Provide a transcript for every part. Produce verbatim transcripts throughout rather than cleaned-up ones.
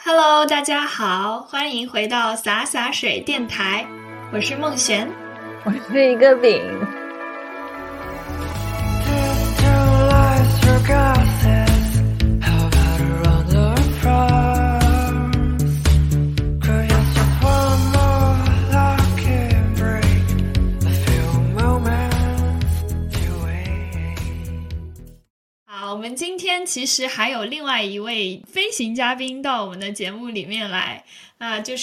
Hello，大家好，欢迎回到洒洒水电台，我是梦璇， 我是一个饼。 我们今天其实还有另外一位飞行嘉宾到我们的节目里面来，啊、呃，就是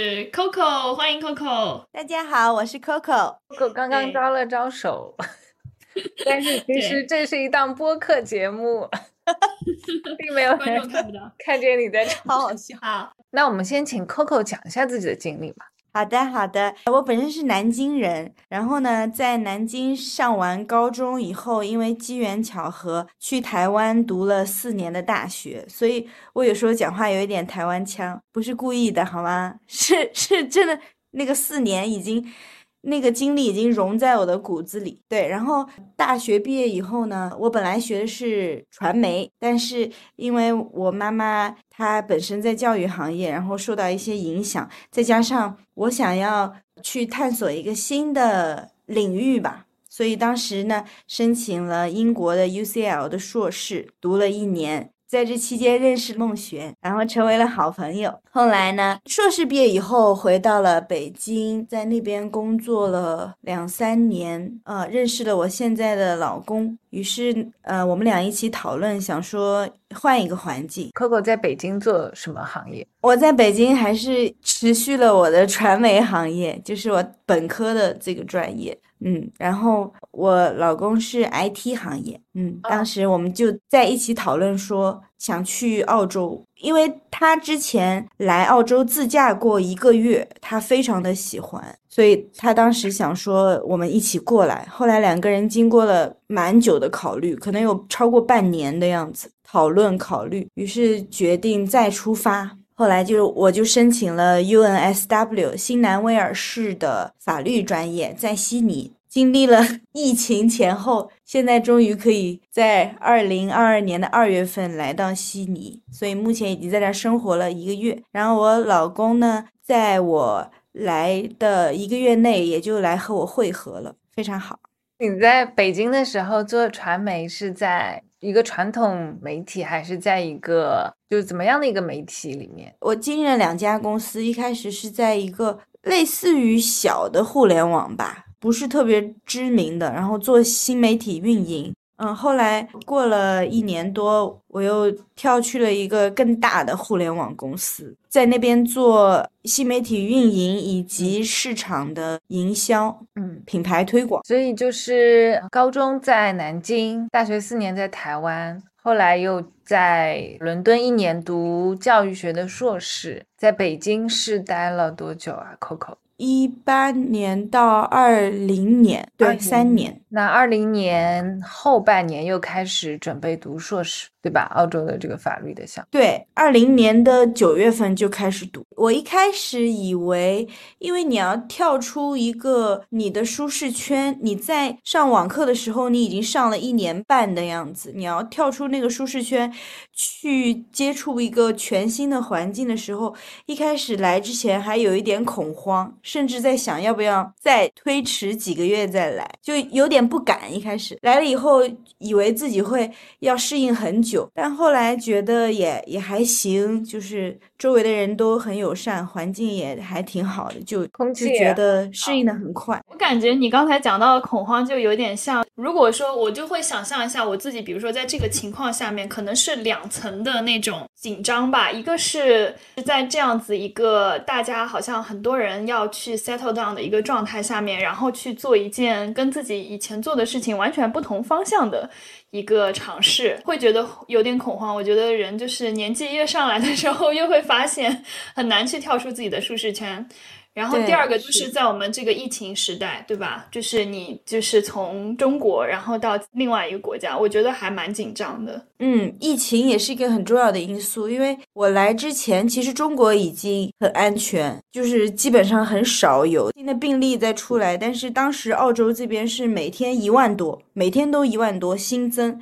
Coco， 欢迎 Coco。 大家好，我是 Coco。Coco 刚刚招了招手，但是其实这是一档播客节目，并没有观众看不到， 看见你在唱， 好好笑。 好， 那我们先请 Coco 讲一下自己的经历吧。 好的好的，我本身是南京人，然后呢在南京上完高中以后，因为机缘巧合去台湾读了四年的大学，所以我有时候讲话有一点台湾腔，不是故意的好吗？是是真的，那个四年已经那个经历已经融在我的骨子里。对，然后大学毕业以后呢，我本来学的是传媒，但是因为我妈妈她本身在教育行业，然后受到一些影响，再加上我想要去探索一个新的领域吧，所以当时呢申请了英国的 U C L 的硕士，读了一年。在这期间认识梦璇，然后成为了好朋友。后来呢，硕士毕业以后回到了北京，在那边工作了两三年，呃，认识了我现在的老公。于是，呃，我们俩一起讨论，想说换一个环境。 Coco 在北京做什么行业？ 我在北京还是持续了我的传媒行业，就是我本科的这个专业。嗯，然后我老公是 I T 行业，嗯，当时我们就在一起讨论说想去澳洲，因为他之前来澳洲自驾过一个月，他非常的喜欢，所以他当时想说我们一起过来。后来两个人经过了蛮久的考虑，可能有超过半年的样子，讨论考虑，于是决定再出发。后来就我就申请了 U N S W 新南威尔士的法律专业，在悉尼。经历了疫情前后，现在终于可以在二零二二年的二月份来到悉尼，所以目前已经在这儿生活了一个月。然后我老公呢，在我来的一个月内也就来和我会合了，非常好。 你在北京的时候做传媒是在一个传统媒体，还是在一个就是怎么样的一个媒体里面？ 我经历了两家公司，一开始是在一个类似于小的互联网吧，不是特别知名的，然后做新媒体运营。嗯，后来过了一年多，我又跳去了一个更大的互联网公司，在那边做新媒体运营以及市场的营销，嗯，品牌推广。 所以就是高中在南京，大学四年在台湾，后来又在伦敦一年读教育学的硕士，在北京是待了多久啊 Coco？ 一八年到二零年，对，三年。 那二零年后半年又开始准备读硕士，对吧？澳洲的这个法律的项目。 对，二零年的九月份就开始读。我一开始以为，因为你要跳出一个你的舒适圈，你在上网课的时候，你已经上了一年半的样子，你要跳出那个舒适圈，去接触一个全新的环境的时候，一开始来之前还有一点恐慌，甚至在想要不要再推迟几个月再来，就有点不敢。一开始来了以后，以为自己会要适应很久，但后来觉得也也还行，就是周围的人都很友善，环境也还挺好的，就空气就觉得适应的很快。 我感觉你刚才讲到的恐慌就有点像，如果说我就会想象一下我自己，比如说在这个情况下面，可能是两层的那种紧张吧。一个是在这样子一个大家好像很多人要去 settle down 的一个状态下面，然后去做一件跟自己以前做的事情完全不同方向的一个尝试，会觉得有点恐慌。我觉得人就是年纪越上来的时候，越会发现很难去跳出自己的舒适圈。然后第二个就是在我们这个疫情时代，对吧？就是你就是从中国然后到另外一个国家，我觉得还蛮紧张的。 嗯，疫情也是一个很重要的因素，因为我来之前其实中国已经很安全，就是基本上很少有新的病例再出来，但是当时澳洲这边是每天一万多，每天都一万多新增。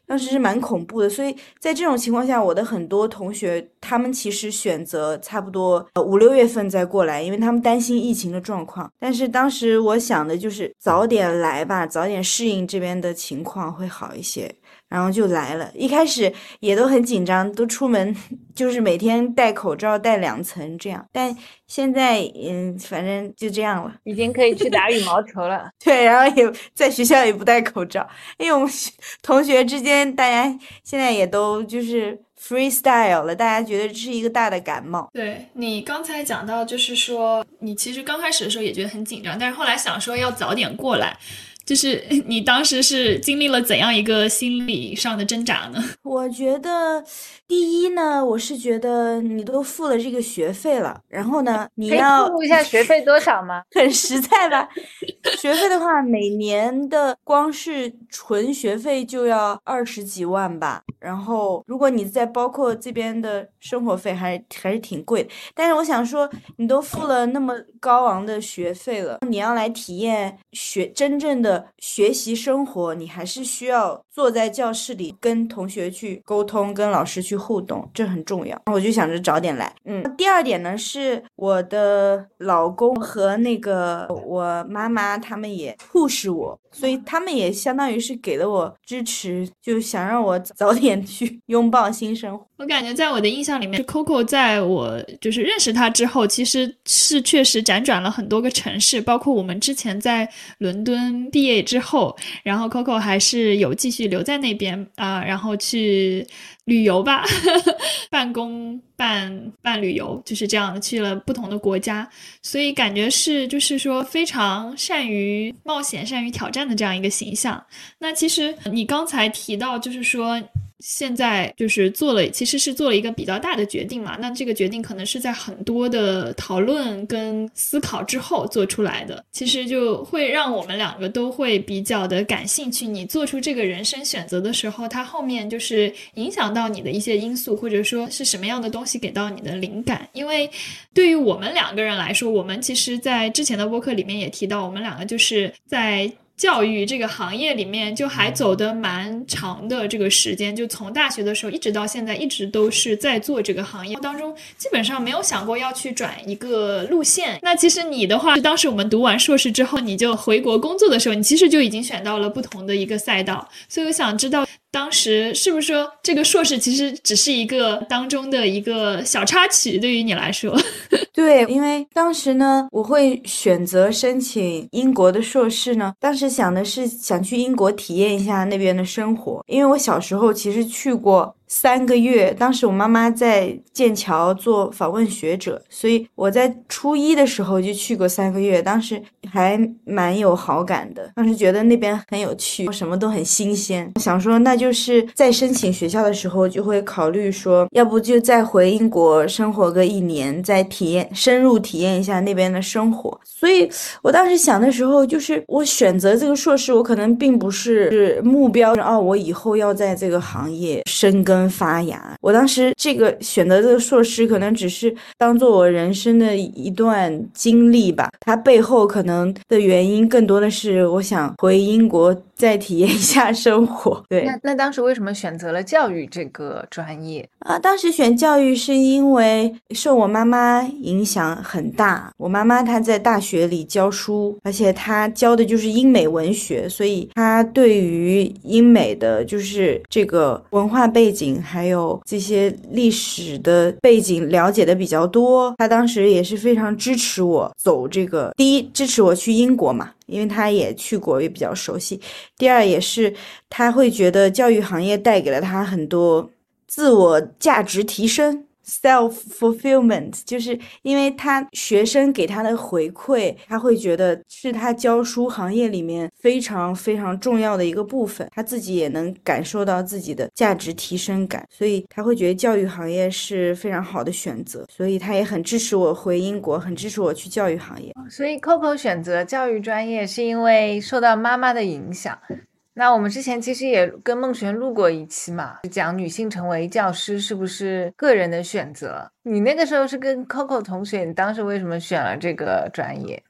当时是蛮恐怖的。所以在这种情况下，我的很多同学他们其实选择差不多呃五六月份再过来，因为他们担心疫情的状况。但是当时我想的就是早点来吧，早点适应这边的情况会好一些。然后就来了，一开始也都很紧张，都出门就是每天戴口罩戴两层这样，但现在嗯，反正就这样了， 已经可以去打羽毛球了。 对，然后也在学校也不戴口罩，因为我们同学之间大家现在也都就是 freestyle 了，大家觉得这是一个大的感冒。 对，你刚才讲到就是说你其实刚开始的时候也觉得很紧张，但是后来想说要早点过来，就是你当时是经历了怎样一个心理上的挣扎呢？ 我觉得第一呢，我是觉得你都付了这个学费了，然后呢，你可以要透露一下学费多少吗？ 很实在吧？学费的话，每年的光是纯学费就要二十几万吧。然后，如果你再包括这边的生活费还，还还是挺贵的。但是我想说，你都付了那么高昂的学费了，你要来体验学真正的学习生活，你还是需要坐在教室里跟同学去沟通，跟老师去互动，这很重要。我就想着早点来。嗯，第二点呢，是我的老公和那个我妈妈他们也 push 我，所以他们也相当于是给了我支持，就想让我早点去拥抱新生活。 我感觉在我的印象里面，Coco 在我就是认识他之后，其实是确实辗转了很多个城市，包括我们之前在伦敦毕业之后，然后 Coco 还是有继续留在那边啊、呃，然后去旅游吧，办公办办旅游，就是这样的，去了不同的国家，所以感觉是就是说非常善于冒险、善于挑战的这样一个形象。那其实你刚才提到，就是说。现在就是做了，其实是做了一个比较大的决定嘛。那这个决定可能是在很多的讨论跟思考之后做出来的，其实就会让我们两个都会比较的感兴趣。你做出这个人生选择的时候，它后面就是影响到你的一些因素，或者说是什么样的东西给到你的灵感。因为对于我们两个人来说，我们其实在之前的播客里面也提到，我们两个就是在教育这个行业里面就还走得蛮长的这个时间，就从大学的时候一直到现在一直都是在做这个行业当中，基本上没有想过要去转一个路线。那其实你的话，当时我们读完硕士之后你就回国工作的时候，你其实就已经选到了不同的一个赛道，所以我想知道当时是不是说这个硕士其实只是一个当中的一个小插曲对于你来说？ 对，因为当时呢，我会选择申请英国的硕士呢，当时想的是想去英国体验一下那边的生活，因为我小时候其实去过三个月，当时我妈妈在剑桥做访问学者，所以我在初一的时候就去过三个月，当时还蛮有好感的，当时觉得那边很有趣，什么都很新鲜，想说那就是在申请学校的时候就会考虑说，要不就再回英国生活个一年，再体验深入体验一下那边的生活。所以我当时想的时候，就是我选择这个硕士，我可能并不是目标哦，我以后要在这个行业深耕发芽。我当时这个选择这个硕士可能只是当做我人生的一段经历吧，它背后可能的原因更多的是我想回英国再体验一下生活。对， 那那当时为什么选择了教育这个专业啊？当时选教育是因为受我妈妈影响很大，我妈妈她在大学里教书，而且她教的就是英美文学，所以她对于英美的就是这个文化背景还有这些历史的背景了解的比较多。她当时也是非常支持我走这个，第一支持我去英国嘛，因为他也去过也比较熟悉，第二也是他会觉得教育行业带给了他很多自我价值提升 self fulfillment， 就是因为他学生给他的回馈，他会觉得是他教书行业里面非常非常重要的一个部分，他自己也能感受到自己的价值提升感，所以他会觉得教育行业是非常好的选择，所以他也很支持我回英国，很支持我去教育行业。 所以 Coco 选择教育专业是因为受到妈妈的影响。那我们之前其实也跟孟璇录过一期嘛，讲女性成为教师是不是个人的选择。你那个时候是跟 Coco 同学，你当时为什么选了这个专业？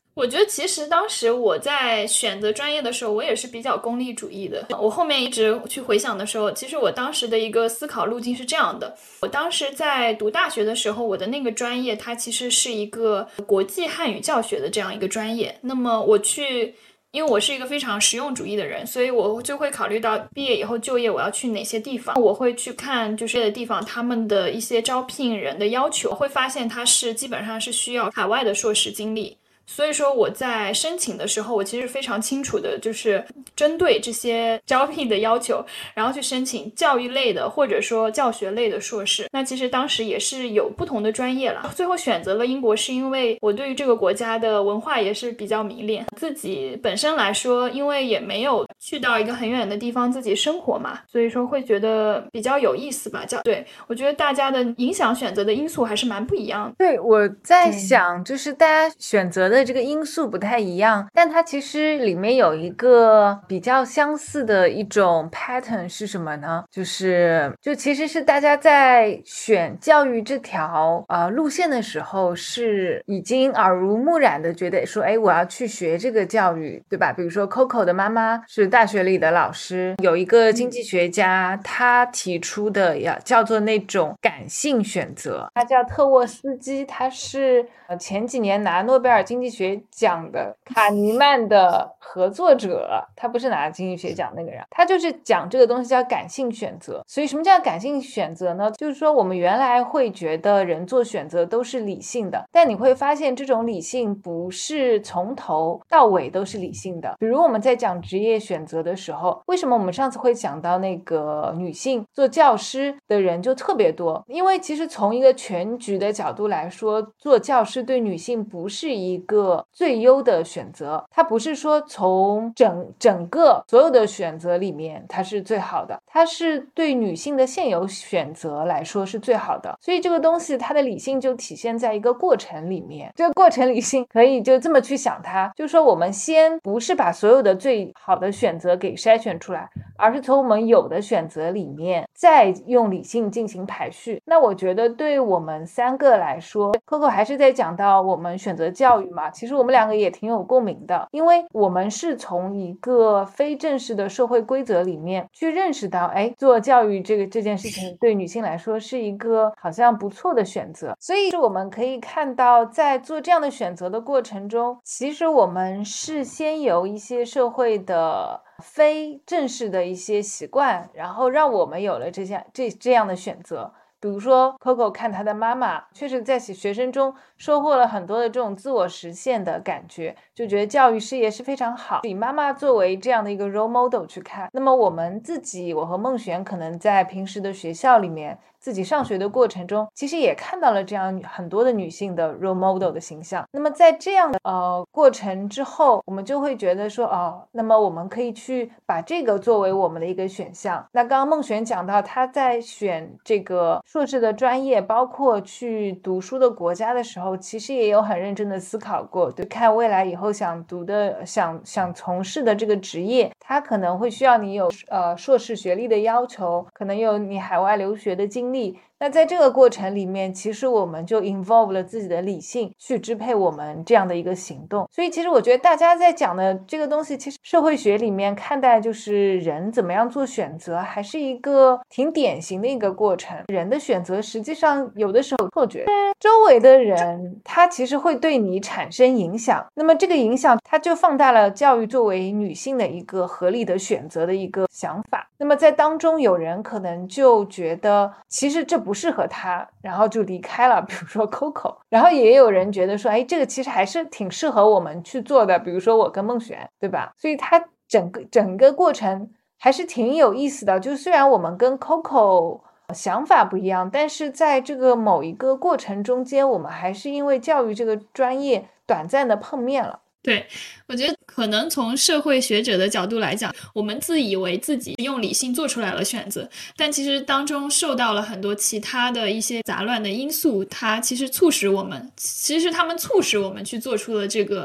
我觉得其实当时我在选择专业的时候，我也是比较功利主义的。我后面一直去回想的时候，其实我当时的一个思考路径是这样的：我当时在读大学的时候，我的那个专业它其实是一个国际汉语教学的这样一个专业。那么我去，因为我是一个非常实用主义的人，所以我就会考虑到毕业以后就业我要去哪些地方，我会去看就是这些地方他们的一些招聘人的要求，我会发现它是基本上是需要海外的硕士经历。所以说我在申请的时候，我其实非常清楚的就是针对这些招聘的要求，然后去申请教育类的或者说教学类的硕士。那其实当时也是有不同的专业了，最后选择了英国是因为我对于这个国家的文化也是比较迷恋，自己本身来说因为也没有去到一个很远的地方自己生活嘛，所以说会觉得比较有意思吧。对，我觉得大家的影响选择的因素还是蛮不一样的。 对，我在想就是大家选择的这个因素不太一样，但它其实里面有一个比较相似的一种 pattern 是什么呢？就是就其实是大家在选教育这条呃路线的时候是已经耳濡目染的觉得说，哎，我要去学这个教育，对吧？比如说 Coco 的妈妈是大学里的老师，有一个经济学家他提出的呀叫做那种感性选择，他叫特沃斯基，他是呃前几年拿诺贝尔经济学奖的卡尼曼的合作者，他不是拿经济学奖那个人，他就是讲这个东西叫感性选择。所以什么叫感性选择呢？就是说我们原来会觉得人做选择都是理性的，但你会发现这种理性不是从头到尾都是理性的。比如我们在讲职业选择的时候，为什么我们上次会讲到那个女性做教师的人就特别多？因为其实从一个全局的角度来说，做教师对女性不是一个最优的选择，它不是说从整整个所有的选择里面它是最好的，它是对女性的现有选择来说是最好的。所以这个东西它的理性就体现在一个过程里面，这个过程理性可以就这么去想它，就是说我们先不是把所有的最好的选择给筛选出来，而是从我们有的选择里面再用理性进行排序。那我觉得对我们三个来说， Coco 还是在讲到我们选择教育嘛，其实我们两个也挺有共鸣的，因为我们是从一个非正式的社会规则里面去认识到，哎，做教育这个这件事情对女性来说是一个好像不错的选择。所以我们可以看到在做这样的选择的过程中，其实我们是先由一些社会的非正式的一些习惯，然后让我们有了这样这这样的选择。比如说 Coco 看她的妈妈确实在学生中收获了很多的这种自我实现的感觉，就觉得教育事业是非常好，以妈妈作为这样的一个 role model 去看。那么我们自己，我和孟璇可能在平时的学校里面自己上学的过程中，其实也看到了这样很多的女性的 role model 的形象。那么在这样的呃过程之后，我们就会觉得说，哦，那么我们可以去把这个作为我们的一个选项。那刚刚孟璇讲到她在选这个硕士的专业，包括去读书的国家的时候，其实也有很认真的思考过，对，看未来以后想读的想想从事的这个职业，它可能会需要你有呃硕士学历的要求，可能有你海外留学的经历。那在这个过程里面，其实我们就 involve 了自己的理性去支配我们这样的一个行动。所以其实我觉得大家在讲的这个东西，其实社会学里面看待就是人怎么样做选择，还是一个挺典型的一个过程。人的选择实际上有的时候错觉，周围的人他其实会对你产生影响，那么这个影响它就放大了教育作为女性的一个合理的选择的一个想法。那么在当中有人可能就觉得其实这不适合他，然后就离开了，比如说 Coco， 然后也有人觉得说，哎，这个其实还是挺适合我们去做的，比如说我跟孟璇，对吧？所以他整个整个过程还是挺有意思的，就虽然我们跟 Coco想法不一样，但是在这个某一个过程中间，我们还是因为教育这个专业短暂的碰面了。 对，我觉得可能从社会学者的角度来讲，我们自以为自己用理性做出来了选择，但其实当中受到了很多其他的一些杂乱的因素，它其实促使我们，其实他们促使我们去做出了这个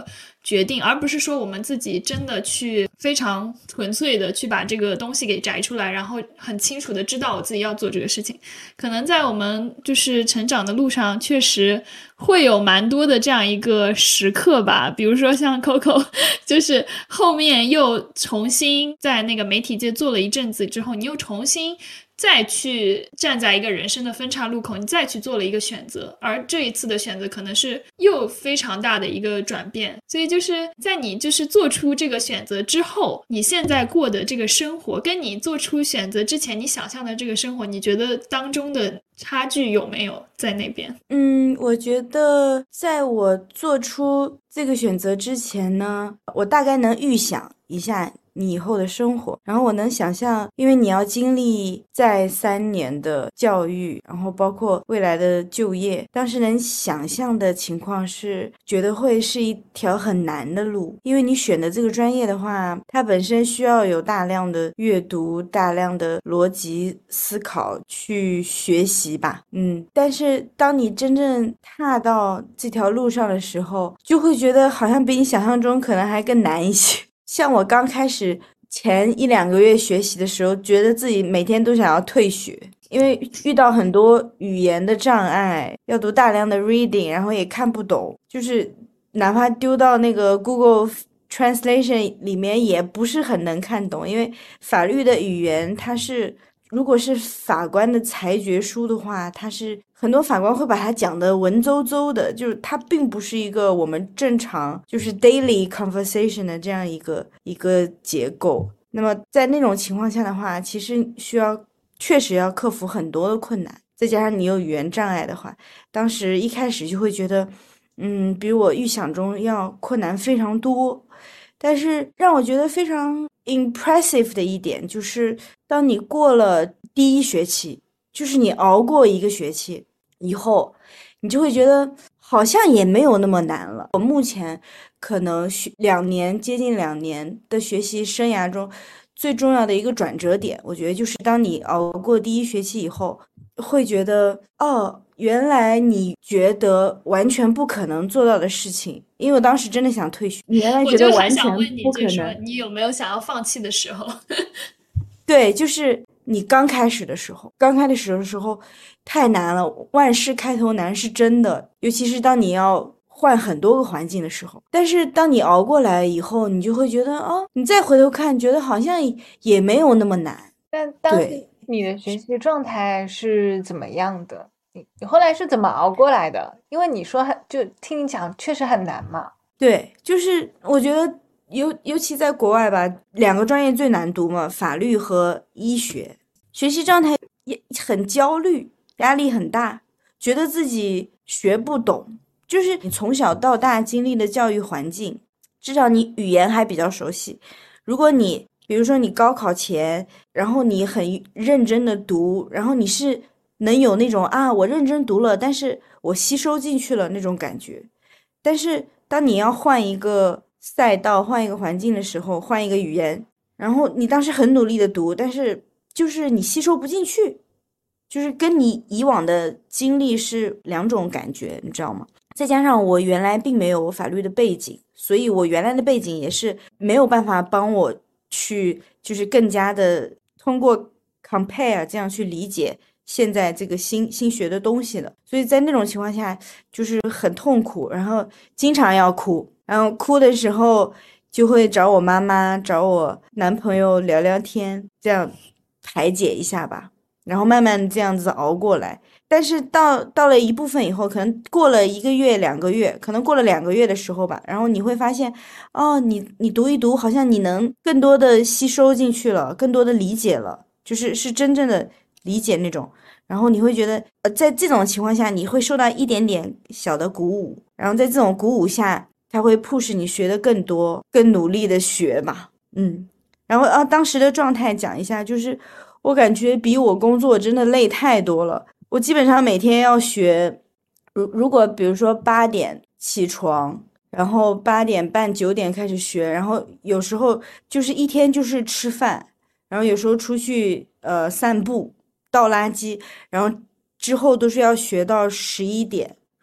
决定，而不是说我们自己真的去非常纯粹的去把这个东西给摘出来，然后很清楚的知道我自己要做这个事情。可能在我们就是成长的路上，确实会有蛮多的这样一个时刻吧，比如说像 Coco 就是后面又重新在那个媒体界做了一阵子之后，你又重新再去站在一个人生的分岔路口，你再去做了一个选择，而这一次的选择可能是又非常大的一个转变。所以就是在你就是做出这个选择之后，你现在过的这个生活跟你做出选择之前你想象的这个生活，你觉得当中的差距有没有在那边？ 嗯，我觉得在我做出这个选择之前呢，我大概能预想一下你以后的生活，然后我能想象，因为你要经历在三年的教育，然后包括未来的就业，当时能想象的情况是觉得会是一条很难的路，因为你选的这个专业的话，它本身需要有大量的阅读，大量的逻辑思考去学习吧。嗯，但是当你真正踏到这条路上的时候，就会觉得好像比你想象中可能还更难一些。像我刚开始前一两个月学习的时候，觉得自己每天都想要退学，因为遇到很多语言的障碍，要读大量的 reading， 然后也看不懂，就是哪怕丢到那个 Google Translation 里面也不是很能看懂，因为法律的语言它是，如果是法官的裁决书的话，它是很多法官会把它讲的文绉绉的，就是它并不是一个我们正常就是 daily conversation 的这样一个一个结构。那么在那种情况下的话，其实需要确实要克服很多的困难，再加上你有语言障碍的话，当时一开始就会觉得嗯，比我预想中要困难非常多。但是让我觉得非常 impressive 的一点就是，当你过了第一学期，就是你熬过一个学期以后，你就会觉得好像也没有那么难了。我目前可能学两年接近两年的学习生涯中最重要的一个转折点，我觉得就是当你熬过第一学期以后，会觉得哦，原来你觉得完全不可能做到的事情，因为我当时真的想退学，你原来觉得完全不可能。 我就很想问你，就是说你有没有想要放弃的时候？ 对，就是你刚开始的时候，刚开始的时候太难了，万事开头难是真的，尤其是当你要换很多个环境的时候。但是当你熬过来以后，你就会觉得哦，你再回头看，觉得好像也没有那么难。 但当时你的学习状态是怎么样的？你你后来是怎么熬过来的？因为你说就听你讲确实很难嘛。 对，就是我觉得尤尤其在国外吧，两个专业最难读嘛，法律和医学，学习状态也很焦虑，压力很大，觉得自己学不懂。就是你从小到大经历的教育环境，至少你语言还比较熟悉。如果你比如说你高考前，然后你很认真的读，然后你是能有那种啊我认真读了，但是我吸收进去了那种感觉。但是当你要换一个赛道，换一个环境的时候，换一个语言，然后你当时很努力的读，但是就是你吸收不进去，就是跟你以往的经历是两种感觉，你知道吗？再加上我原来并没有法律的背景，所以我原来的背景也是没有办法帮我去就是更加的通过 compare 这样去理解现在这个新新学的东西的。所以在那种情况下就是很痛苦，然后经常要哭，然后哭的时候就会找我妈妈找我男朋友聊聊天，这样排解一下吧，然后慢慢这样子熬过来。但是到到了一部分以后，可能过了一个月两个月，可能过了两个月的时候吧，然后你会发现哦，你你读一读，好像你能更多的吸收进去了，更多的理解了，就是是真正的理解那种。然后你会觉得呃，在这种情况下你会受到一点点小的鼓舞，然后在这种鼓舞下它会 push 你学的更多，更努力的学嘛。嗯，然后啊，当时的状态讲一下，就是我感觉比我工作真的累太多了。我基本上每天要学，如如果比如说八点起床，然后八点半九点开始学，然后有时候就是一天就是吃饭，然后有时候出去呃散步倒垃圾，然后之后都是要学到十一点。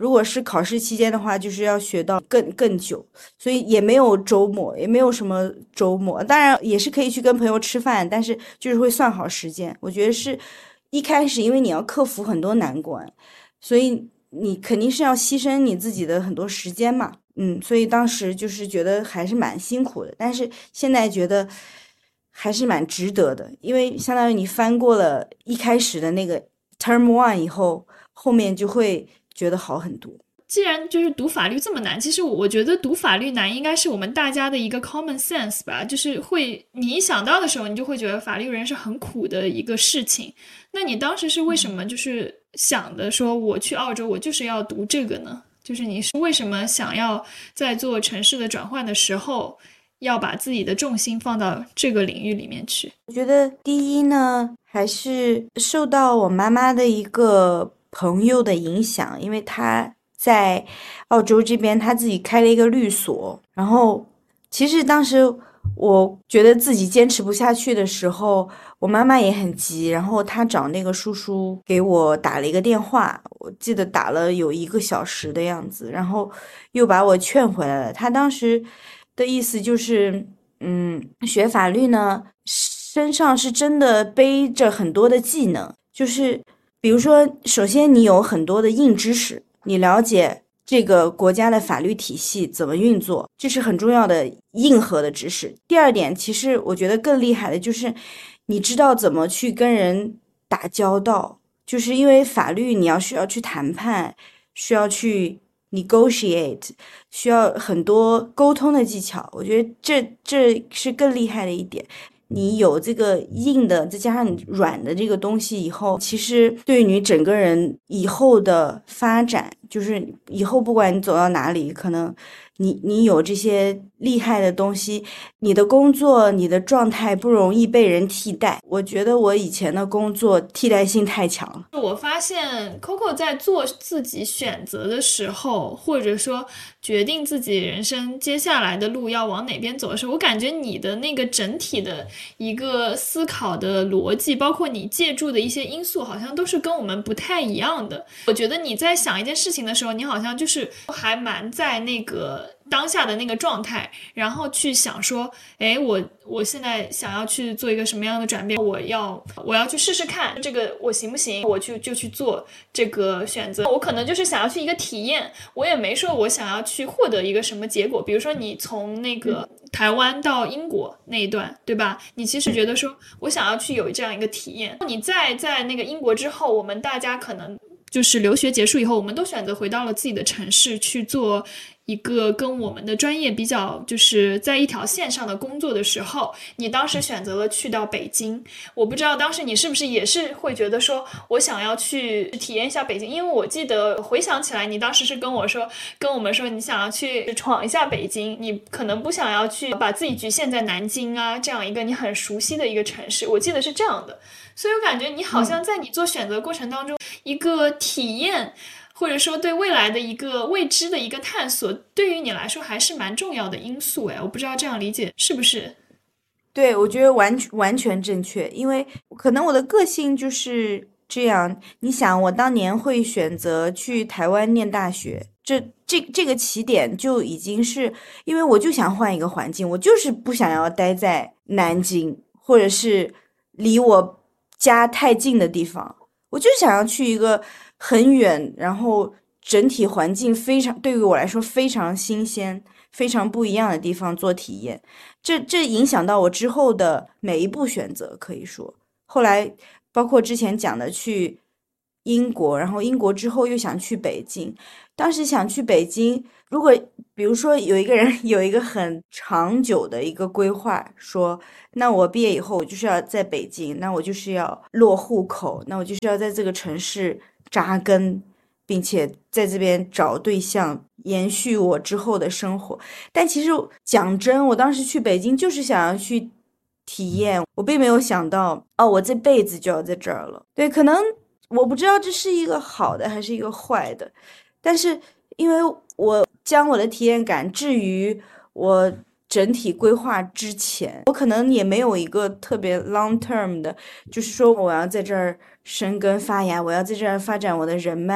如果是考试期间的话，就是要学到更更久，所以也没有周末，也没有什么周末。当然也是可以去跟朋友吃饭，但是就是会算好时间。我觉得是一开始，因为你要克服很多难关，所以你肯定是要牺牲你自己的很多时间嘛。嗯，所以当时就是觉得还是蛮辛苦的，但是现在觉得还是蛮值得的，因为相当于你翻过了一开始的那个 term one 以后，后面就会觉得好很多。 既然就是读法律这么难，其实我觉得读法律难应该是我们大家的一个 common sense 吧，就是会你一想到的时候，你就会觉得法律人是很苦的一个事情。那你当时是为什么就是想的说我去澳洲我就是要读这个呢？就是你是为什么想要在做城市的转换的时候要把自己的重心放到这个领域里面去？ 我觉得第一呢，还是受到我妈妈的一个朋友的影响，因为她在澳洲这边他自己开了一个律所，然后其实当时我觉得自己坚持不下去的时候，我妈妈也很急，然后她找那个叔叔给我打了一个电话，我记得打了有一个小时的样子，然后又把我劝回来了。他当时的意思就是嗯，学法律呢身上是真的背着很多的技能，就是比如说首先你有很多的硬知识，你了解这个国家的法律体系怎么运作，这是很重要的硬核的知识。第二点，其实我觉得更厉害的就是你知道怎么去跟人打交道，就是因为法律你要需要去谈判，需要去 negotiate， 需要很多沟通的技巧，我觉得这这是更厉害的一点。你有这个硬的，再加上你软的这个东西以后，其实对于你整个人以后的发展，就是以后不管你走到哪里，可能你你有这些厉害的东西，你的工作你的状态不容易被人替代。我觉得我以前的工作替代性太强了。 我发现 Coco 在做自己选择的时候，或者说决定自己人生接下来的路要往哪边走的时候，我感觉你的那个整体的一个思考的逻辑，包括你借助的一些因素，好像都是跟我们不太一样的。我觉得你在想一件事情的时候，你好像就是还蛮在那个当下的那个状态，然后去想说，诶，我我现在想要去做一个什么样的转变，我要我要去试试看这个我行不行，我去就去做这个选择。我可能就是想要去一个体验，我也没说我想要去获得一个什么结果。比如说你从那个台湾到英国那一段，对吧？你其实觉得说我想要去有这样一个体验。你在在那个英国之后，我们大家可能就是留学结束以后，我们都选择回到了自己的城市去做一个跟我们的专业比较就是在一条线上的工作的时候，你当时选择了去到北京。我不知道当时你是不是也是会觉得说我想要去体验一下北京，因为我记得回想起来你当时是跟我说跟我们说你想要去闯一下北京，你可能不想要去把自己局限在南京啊这样一个你很熟悉的一个城市，我记得是这样的。所以我感觉你好像在你做选择过程当中、嗯、一个体验或者说对未来的一个未知的一个探索，对于你来说还是蛮重要的因素。哎，我不知道这样理解是不是？ 对，我觉得完完全正确，因为可能我的个性就是这样。你想，我当年会选择去台湾念大学，这这这个起点就已经是因为我就想换一个环境，我就是不想要待在南京或者是离我家太近的地方，我就想要去一个很远，然后整体环境非常对于我来说非常新鲜非常不一样的地方做体验。这这影响到我之后的每一步选择，可以说后来包括之前讲的去英国，然后英国之后又想去北京。当时想去北京，如果比如说有一个人有一个很长久的一个规划，说那我毕业以后我就是要在北京，那我就是要落户口，那我就是要在这个城市扎根，并且在这边找对象延续我之后的生活。但其实讲真，我当时去北京就是想要去体验，我并没有想到哦，我这辈子就要在这儿了。对，可能我不知道这是一个好的还是一个坏的，但是因为我将我的体验感置于我整体规划之前，我可能也没有一个特别 long term 的，就是说我要在这儿生根发芽，我要在这儿发展我的人脉，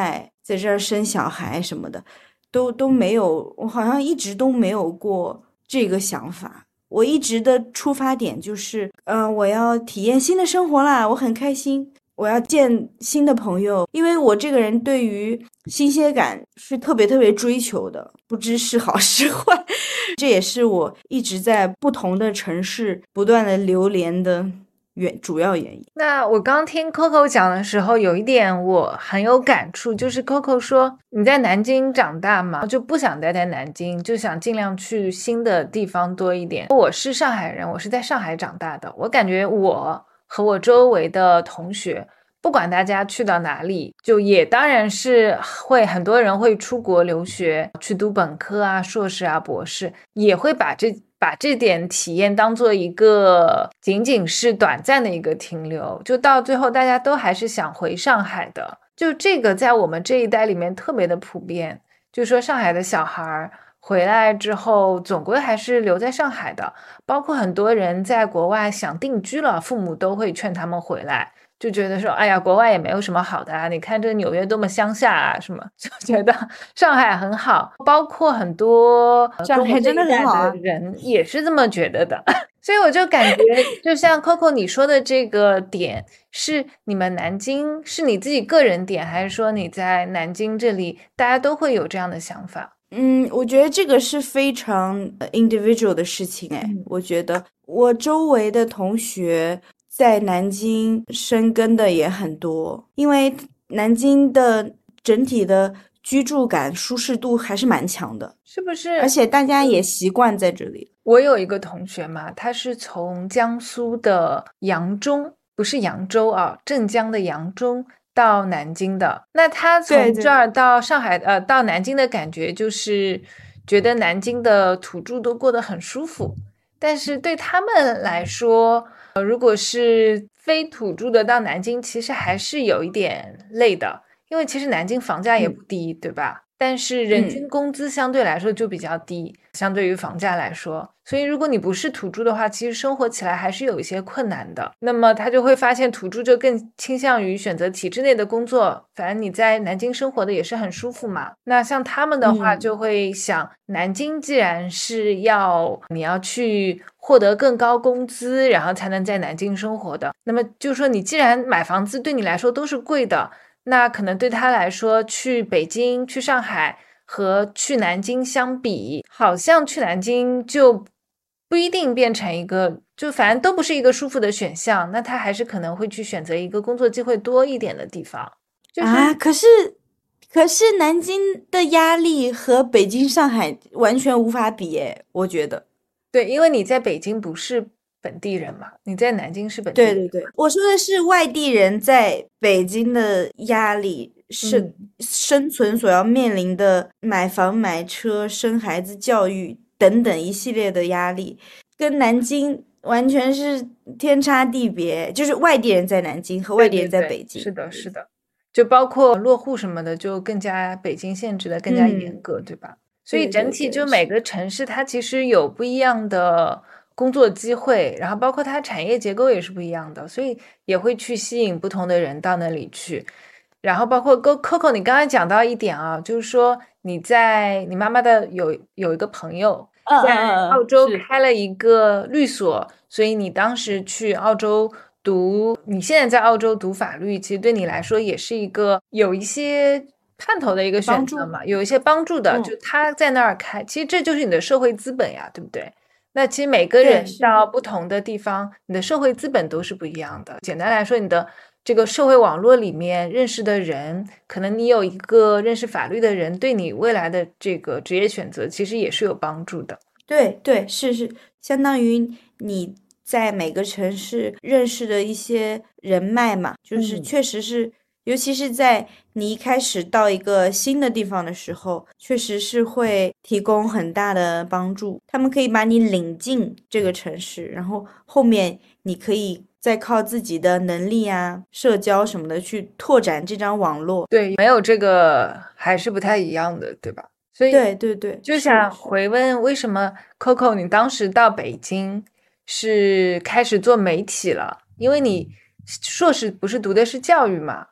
在这儿生小孩什么的，都都没有，我好像一直都没有过这个想法。我一直的出发点就是，嗯、呃，我要体验新的生活啦，我很开心，我要见新的朋友，因为我这个人对于新鲜感是特别特别追求的，不知是好是坏，这也是我一直在不同的城市不断的流连的原主要原因。 那我刚听 Coco 讲的时候，有一点我很有感触，就是 Coco 说你在南京长大嘛，就不想待在南京，就想尽量去新的地方多一点。我是上海人，我是在上海长大的，我感觉我和我周围的同学，不管大家去到哪里，就也当然是会很多人会出国留学，去读本科啊、硕士啊、博士，也会把这把这点体验当做一个仅仅是短暂的一个停留，就到最后大家都还是想回上海的。就这个在我们这一代里面特别的普遍，就是说上海的小孩回来之后总归还是留在上海的，包括很多人在国外想定居了，父母都会劝他们回来，就觉得说哎呀国外也没有什么好的啊，你看这个纽约多么乡下啊什么，就觉得上海很好，包括很多上海真的很好啊， 人也是这么觉得的。所以我就感觉就像 Coco 你说的这个点，是你们南京是你自己个人点，还是说你在南京这里大家都会有这样的想法？ 嗯，我觉得这个是非常 individual 的事情哎， 嗯， 我觉得我周围的同学在南京生根的也很多，因为南京的整体的居住感舒适度还是蛮强的， 是不是？ 而且大家也习惯在这里。 我有一个同学嘛，他是从江苏的扬中，不是扬州啊，镇江的扬中到南京的。那他从这儿到上海，呃，到南京的感觉就是觉得南京的土著都过得很舒服。但是对他们来说，呃，如果是非土著的到南京，其实还是有一点累的，因为其实南京房价也不低，嗯、对吧？但是人均工资相对来说就比较低，嗯、相对于房价来说，所以如果你不是土著的话，其实生活起来还是有一些困难的。那么他就会发现土著就更倾向于选择体制内的工作，反正你在南京生活的也是很舒服嘛。那像他们的话就会想，嗯、南京既然是要你要去获得更高工资，然后才能在南京生活的，那么就是说你既然买房子对你来说都是贵的，那可能对他来说，去北京、去上海和去南京相比，好像去南京就不一定变成一个，就反正都不是一个舒服的选项。那他还是可能会去选择一个工作机会多一点的地方。就是、 啊，可是可是南京的压力和北京、上海完全无法比诶，我觉得。 对，因为你在北京不是本地人嘛，你在南京是本地人。 对对对，我说的是外地人在北京的压力，是、嗯、生存所要面临的买房、买车、生孩子、教育等等一系列的压力，跟南京完全是天差地别。就是外地人在南京和外地人在北京， 对对对，是的，是的，就包括落户什么的，就更加北京限制的更加严格，嗯、对吧？所以整体就每个城市它其实有不一样的工作机会，然后包括它产业结构也是不一样的，所以也会去吸引不同的人到那里去。然后包括 Coco 你刚才讲到一点啊，就是说你在你妈妈的有有一个朋友在澳洲开了一个律所，嗯嗯嗯，所以你当时去澳洲读，你现在在澳洲读法律，其实对你来说也是一个有一些盼头的一个选择嘛，有一些帮助的，嗯、就他在那儿开，其实这就是你的社会资本呀，对不对？那其实每个人到不同的地方，你的社会资本都是不一样的。简单来说，你的这个社会网络里面认识的人，可能你有一个认识法律的人，对你未来的这个职业选择其实也是有帮助的。 对对，是是，相当于你在每个城市认识的一些人脉嘛，就是确实是、嗯、尤其是在你一开始到一个新的地方的时候，确实是会提供很大的帮助。他们可以把你领进这个城市，然后后面你可以再靠自己的能力啊、社交什么的去拓展这张网络。 对，没有这个还是不太一样的，对吧？所以对对对， 就想回问为什么 Coco 你当时到北京是开始做媒体了？因为你硕士不是读的是教育嘛？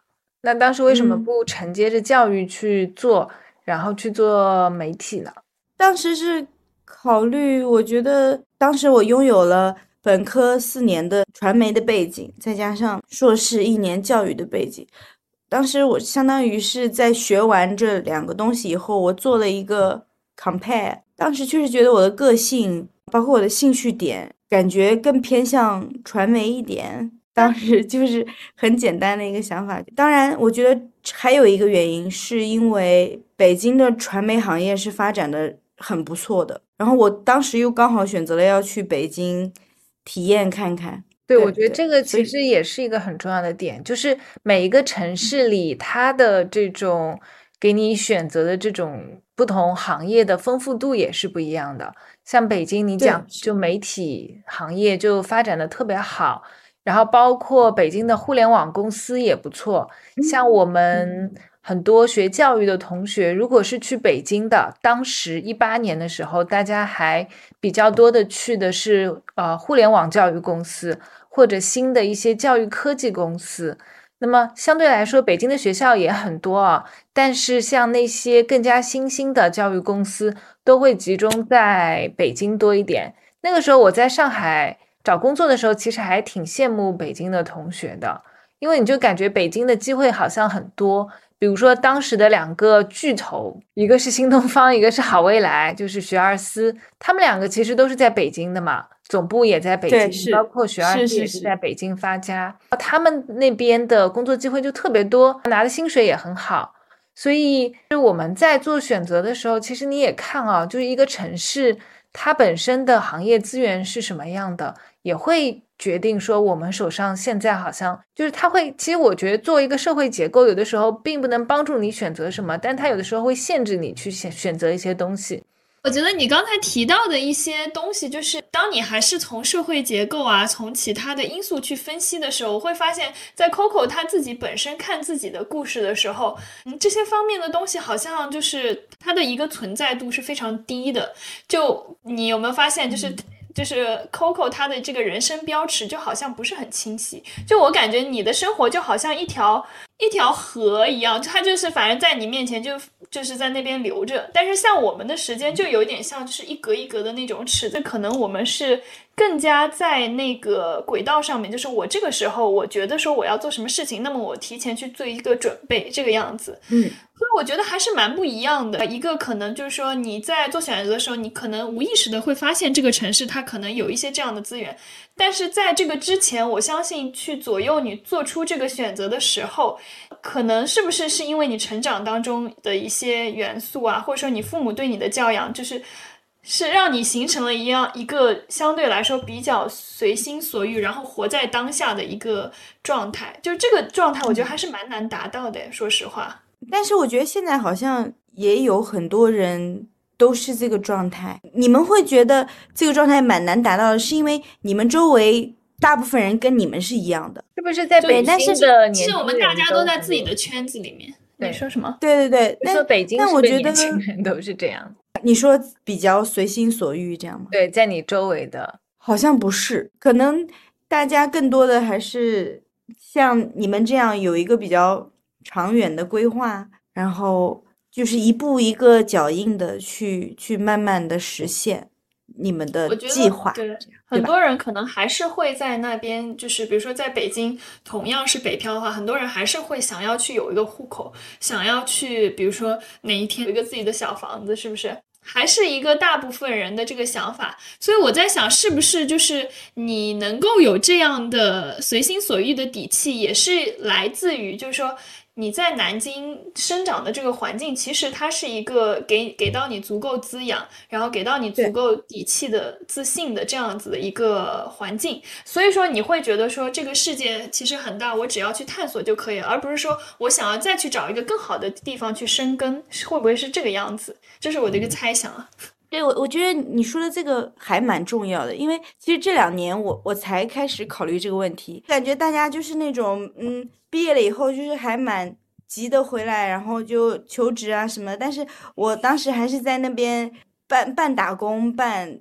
那当时为什么嗯不承接着教育去做，然后去做媒体呢？ 当时是考虑，我觉得当时我拥有了本科四年的传媒的背景，再加上硕士一年教育的背景。当时我相当于是在学完这两个东西以后，我做了一个 compare。当时确实觉得我的个性，包括我的兴趣点，感觉更偏向传媒一点。当时就是很简单的一个想法。当然，我觉得还有一个原因，是因为北京的传媒行业是发展的很不错的。然后我当时又刚好选择了要去北京体验看看。 对， 对我觉得对， 这个所以其实也是一个很重要的点，就是每一个城市里它的这种给你选择的这种不同行业的丰富度也是不一样的。像北京，你讲对是就媒体行业就发展的特别好，然后包括北京的互联网公司也不错。像我嗯们很多学教育的同学，如果是去北京的，当时一八年的时候，大家还比较多的去的是呃互联网教育公司或者新的一些教育科技公司。那么相对来说，北京的学校也很多啊，但是像那些更加新兴的教育公司，都会集中在北京多一点。那个时候我在上海找工作的时候，其实还挺羡慕北京的同学的，因为你就感觉北京的机会好像很多。比如说当时的两个巨头，一个是新东方，一个是好未来，就是学而思，他们两个其实都是在北京的嘛，总部也在北对京，包是括学而是思也是在是是， 北京发家，他们那边的工作机会就特别多，拿的薪水也很好。所以，就是我们在做选择的时候，其实你也看啊，就是一个城市它本身的行业资源是什么样的，也会决定说我们手上现在好像就是它会。其实我觉得做一个社会结构，有的时候并不能帮助你选择什么，但它有的时候会限制你去选选择一些东西。 我觉得你刚才提到的一些东西，就是当你还是从社会结构啊，从其他的因素去分析的时候，我会发现，在 Coco 他自己本身看自己的故事的时候，嗯，这些方面的东西好像就是它的一个存在度是非常低的。就你有没有发现，就是就是 Coco 他的这个人生标尺就好像不是很清晰。就我感觉你的生活就好像一条一条河一样，它就是反正在你面前就就是在那边流着。但是像我们的时间就有点像就是一格一格的那种尺子，可能我们是更加在那个轨道上面，就是我这个时候我觉得说我要做什么事情，那么我提前去做一个准备，这个样子。 嗯。 所以我觉得还是蛮不一样的。一个可能就是说你在做选择的时候，你可能无意识的会发现这个城市它可能有一些这样的资源，但是在这个之前，我相信去左右你做出这个选择的时候，可能是不是是因为你成长当中的一些元素啊，或者说你父母对你的教养，就是是让你形成了一样一个相对来说比较随心所欲，然后活在当下的一个状态。就这个状态，我觉得还是蛮难达到的，说实话。 但是我觉得现在好像也有很多人都是这个状态。你们会觉得这个状态蛮难达到的，是因为你们周围大部分人跟你们是一样的。 是不是在就北但是京的其实我年轻们大家都人都在自己的圈子里面。 对你说什么？ 对对对， 就说但北京是但我觉得不是年轻人都是这样？ 你说比较随心所欲这样吗？ 对，在你周围的。 好像不是，可能大家更多的还是像你们这样有一个比较长远的规划，然后就是一步一个脚印的去去慢慢的实现你们的我觉计划， 得对， 对吧？ 很多人可能还是会在那边，就是比如说在北京，同样是北漂的话，很多人还是会想要去有一个户口，想要去，比如说哪一天有一个自己的小房子，是不是？还是一个大部分人的这个想法，所以我在想，是不是就是你能够有这样的随心所欲的底气，也是来自于，就是说你在南京生长的这个环境，其实它是一个给给到你足够滋养，然后给到你足对够底气的自信的这样子的一个环境，所以说你会觉得说这个世界其实很大，我只要去探索就可以了，而不是说我想要再去找一个更好的地方去生根，会不会是这个样子？这是我的一个猜想啊。 对，我我觉得你说的这个还蛮重要的，因为其实这两年我我才开始考虑这个问题，感觉大家就是那种嗯，毕业了以后就是还蛮急的回来，然后就求职啊什么的，但是我当时还是在那边半半打工半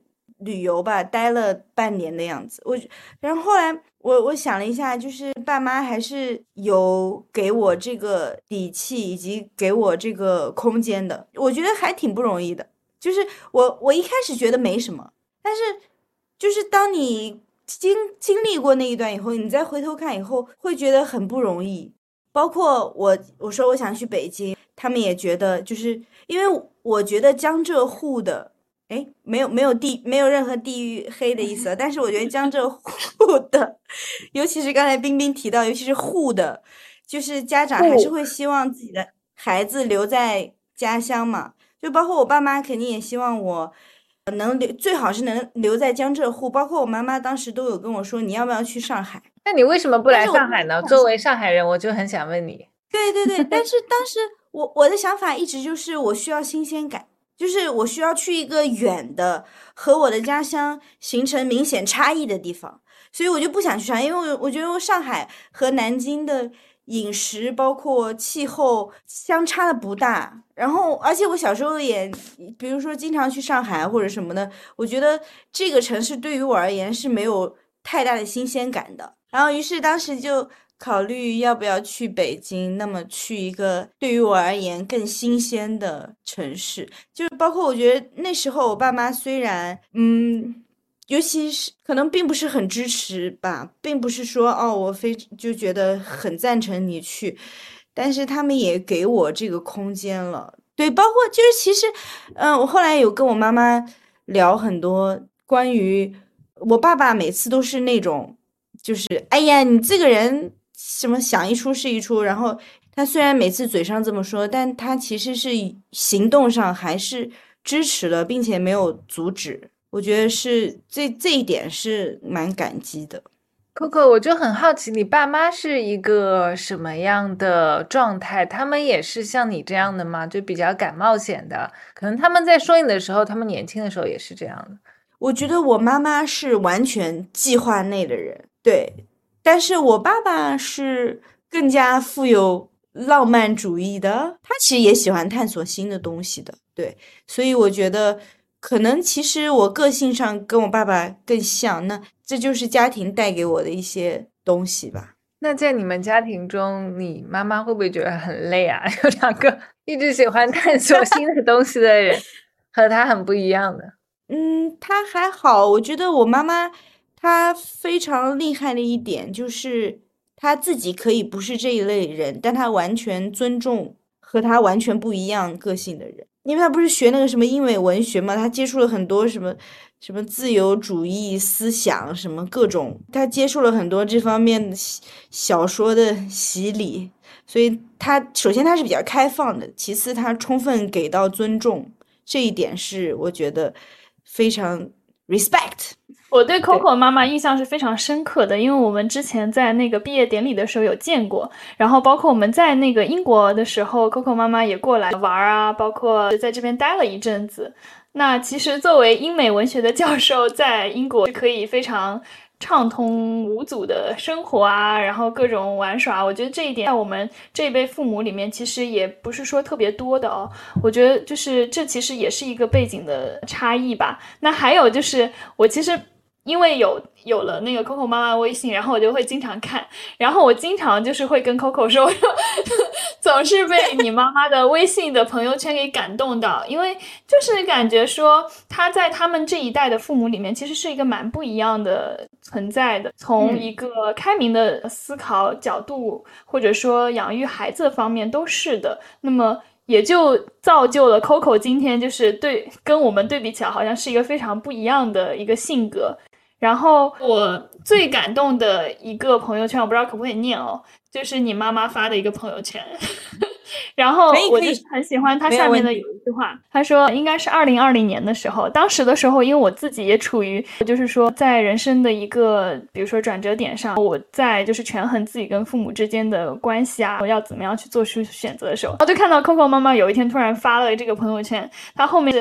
旅游吧，待了半年的样子。我然后后来我我想了一下，就是爸妈还是有给我这个底气以及给我这个空间的，我觉得还挺不容易的。就是我我一开始觉得没什么，但是就是当你经经历过那一段以后，你再回头看以后，会觉得很不容易。包括我我说我想去北京，他们也觉得，就是因为我觉得江浙沪的，哎，没有没有地没有任何地域黑的意思，但是我觉得江浙沪的，尤其是刚才冰冰提到，尤其是沪的，就是家长还是会希望自己的孩子留在家乡嘛。就包括我爸妈肯定也希望我能留，最好是能留在江浙沪。包括我妈妈当时都有跟我说，你要不要去上海？ 那你为什么不来上海呢？作为上海人，我就很想问你。 对对对，但是当时我我的想法一直就是我需要新鲜感，就是我需要去一个远的和我的家乡形成明显差异的地方，所以我就不想去上海，因为我我觉得上海和南京的饮食包括气候相差的不大，然后而且我小时候也比如说经常去上海或者什么的，我觉得这个城市对于我而言是没有太大的新鲜感的。然后于是当时就考虑要不要去北京，那么去一个对于我而言更新鲜的城市。就是包括我觉得那时候我爸妈虽然嗯尤其是可能并不是很支持吧，并不是说哦我非就觉得很赞成你去，但是他们也给我这个空间了。对，包括就是其实嗯、呃，我后来有跟我妈妈聊很多关于我爸爸，每次都是那种就是哎呀你这个人什么想一出是一出，然后他虽然每次嘴上这么说，但他其实是行动上还是支持了，并且没有阻止。我觉得是这这一点是蛮感激的。 Coco，我就很好奇，你爸妈是一个什么样的状态？他们也是像你这样的吗？就比较敢冒险的？可能他们在说你的时候，他们年轻的时候也是这样的。 我觉得我妈妈是完全计划内的人，对，但是我爸爸是更加富有浪漫主义的，他其实也喜欢探索新的东西的，对，所以我觉得可能其实我个性上跟我爸爸更像，那这就是家庭带给我的一些东西吧。 那在你们家庭中，你妈妈会不会觉得很累啊？有两个一直喜欢探索新的东西的人，和她很不一样的。 嗯，她还好，我觉得我妈妈她非常厉害的一点就是她自己可以不是这一类人，但她完全尊重和她完全不一样个性的人。因为她不是学那个什么英美文学嘛，她接触了很多什么什么自由主义思想，什么各种，她接触了很多这方面的小说的洗礼，所以她首先她是比较开放的，其次她充分给到尊重，这一点是我觉得非常 respect。 我对 Coco 妈妈印象是非常深刻的，因为我们之前在那个毕业典礼的时候有见过，然后包括我们在那个英国的时候 Coco 妈妈也过来玩啊，包括在这边待了一阵子。那其实作为英美文学的教授，在英国可以非常畅通无阻的生活啊，然后各种玩耍，我觉得这一点在我们这一辈父母里面其实也不是说特别多的哦。我觉得就是这其实也是一个背景的差异吧。那还有就是我其实因为有有了那个 Coco 妈妈微信，然后我就会经常看，然后我经常就是会跟 Coco 说总是被你妈妈的微信的朋友圈给感动到，因为就是感觉说她在他们这一代的父母里面其实是一个蛮不一样的存在的，从一个开明的思考角度、嗯、或者说养育孩子方面都是的，那么也就造就了 Coco 今天就是对跟我们对比起来好像是一个非常不一样的一个性格。然后我最感动的一个朋友圈，我不知道可不可以念哦，就是你妈妈发的一个朋友圈然后我就是很喜欢他下面的有一句话，他说应该是二零二零年的时候，当时的时候因为我自己也处于就是说在人生的一个比如说转折点上，我在就是权衡自己跟父母之间的关系啊，我要怎么样去做出选择的时候，我就看到 Coco 妈妈有一天突然发了这个朋友圈，她后面是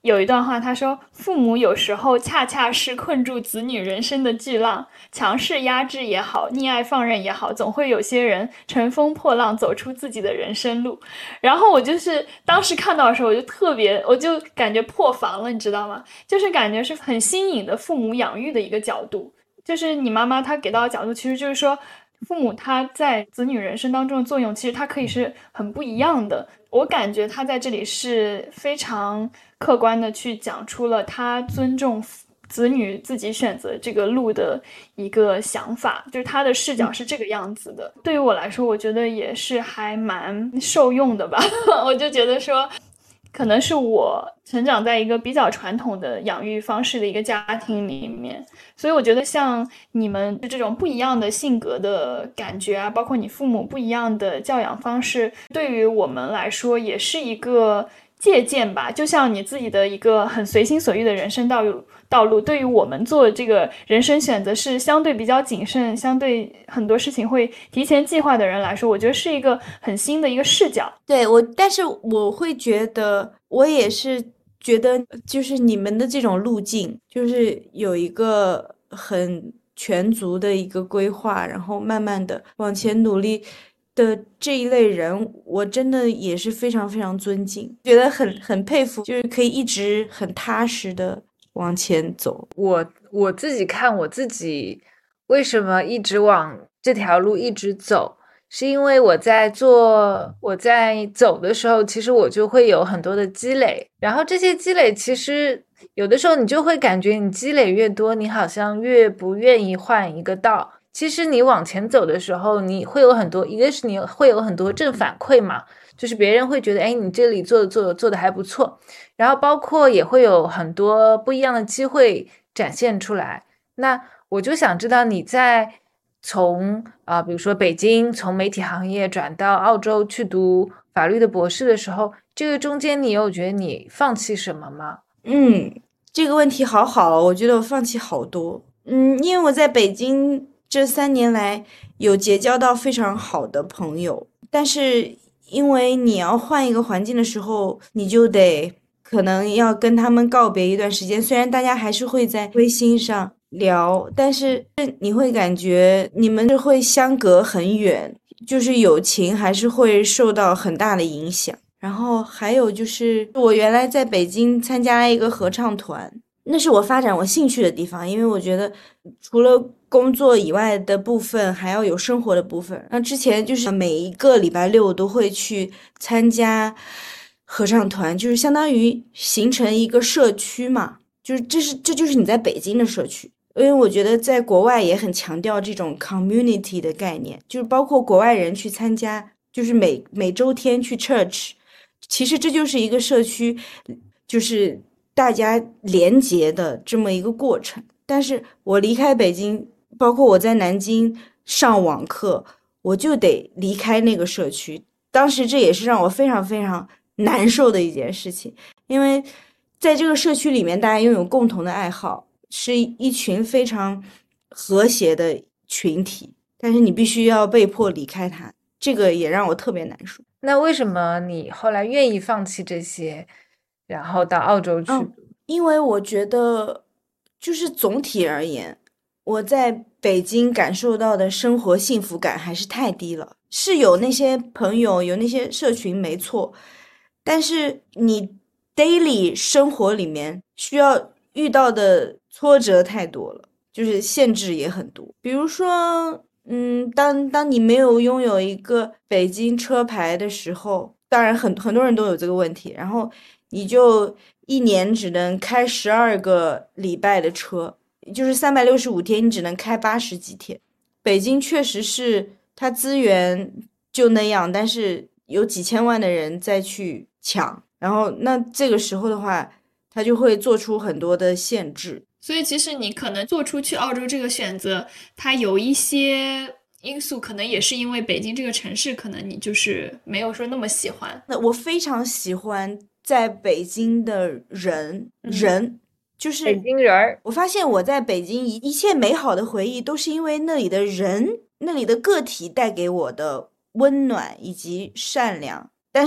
有一段话，他说父母有时候恰恰是困住子女人生的巨浪，强势压制也好，溺爱放任也好，总会有些人乘风破浪走出自己的人生路。然后我就是当时看到的时候，我就特别我就感觉破防了，你知道吗？就是感觉是很新颖的父母养育的一个角度，就是你妈妈她给到的角度其实就是说父母他在子女人生当中的作用其实他可以是很不一样的。我感觉他在这里是非常客观的去讲出了他尊重子女自己选择这个路的一个想法，就是他的视角是这个样子的。对于我来说我觉得也是还蛮受用的吧我就觉得说可能是我成长在一个比较传统的养育方式的一个家庭里面，所以我觉得像你们这种不一样的性格的感觉啊，包括你父母不一样的教养方式，对于我们来说也是一个借鉴吧。就像你自己的一个很随心所欲的人生道路道路对于我们做这个人生选择是相对比较谨慎，相对很多事情会提前计划的人来说，我觉得是一个很新的一个视角。 对我，但是我会觉得，我也是觉得，就是你们的这种路径，就是有一个很全足的一个规划，然后慢慢的往前努力的这一类人，我真的也是非常非常尊敬，觉得很很佩服，就是可以一直很踏实的往前走。 我我自己看我自己为什么一直往这条路一直走，是因为我在做我在走的时候，其实我就会有很多的积累，然后这些积累其实有的时候你就会感觉你积累越多，你好像越不愿意换一个道。其实你往前走的时候，你会有很多，一个是你会有很多正反馈嘛，就是别人会觉得哎，你这里做的做的做的还不错，然后包括也会有很多不一样的机会展现出来。那我就想知道你在从啊、呃，比如说北京从媒体行业转到澳洲去读法律的博士的时候，这个中间你有觉得你放弃什么吗？ 嗯，这个问题好好，我觉得我放弃好多。嗯，因为我在北京这三年来有结交到非常好的朋友，但是因为你要换一个环境的时候，你就得可能要跟他们告别一段时间。虽然大家还是会在微信上聊，但是你会感觉你们是会相隔很远，就是友情还是会受到很大的影响。然后还有就是我原来在北京参加了一个合唱团，那是我发展我兴趣的地方，因为我觉得除了工作以外的部分还要有生活的部分。那之前就是每一个礼拜六都会去参加合唱团，就是相当于形成一个社区嘛，就是这是这就是你在北京的社区。因为我觉得在国外也很强调这种 community 的概念，就是包括国外人去参加，就是每每周天去 church， 其实这就是一个社区，就是大家连结的这么一个过程。但是我离开北京，包括我在南京上网课，我就得离开那个社区。当时这也是让我非常非常难受的一件事情，因为在这个社区里面，大家拥有共同的爱好，是一群非常和谐的群体，但是你必须要被迫离开它，这个也让我特别难受。 那为什么你后来愿意放弃这些，然后到澳洲去？ 嗯，因为我觉得就是总体而言，我在北京感受到的生活幸福感还是太低了。是有那些朋友，有那些社群没错，但是你 daily 生活里面需要遇到的挫折太多了，就是限制也很多。比如说嗯，当当你没有拥有一个北京车牌的时候，当然很很多人都有这个问题，然后你就一年只能开十二个礼拜的车，就是三百六十五天，你只能开八十几天。北京确实是它资源就那样，但是有几千万的人再去抢，然后那这个时候的话，它就会做出很多的限制。 所以其实你可能做出去澳洲这个选择，它有一些因素可能也是因为北京这个城市可能你就是没有说那么喜欢。 那我非常喜欢在北京的人、嗯、人就是北京人儿。 我发现我在北京一切美好的回忆都是因为那里的人，那里的个体带给我的温暖以及善良。但是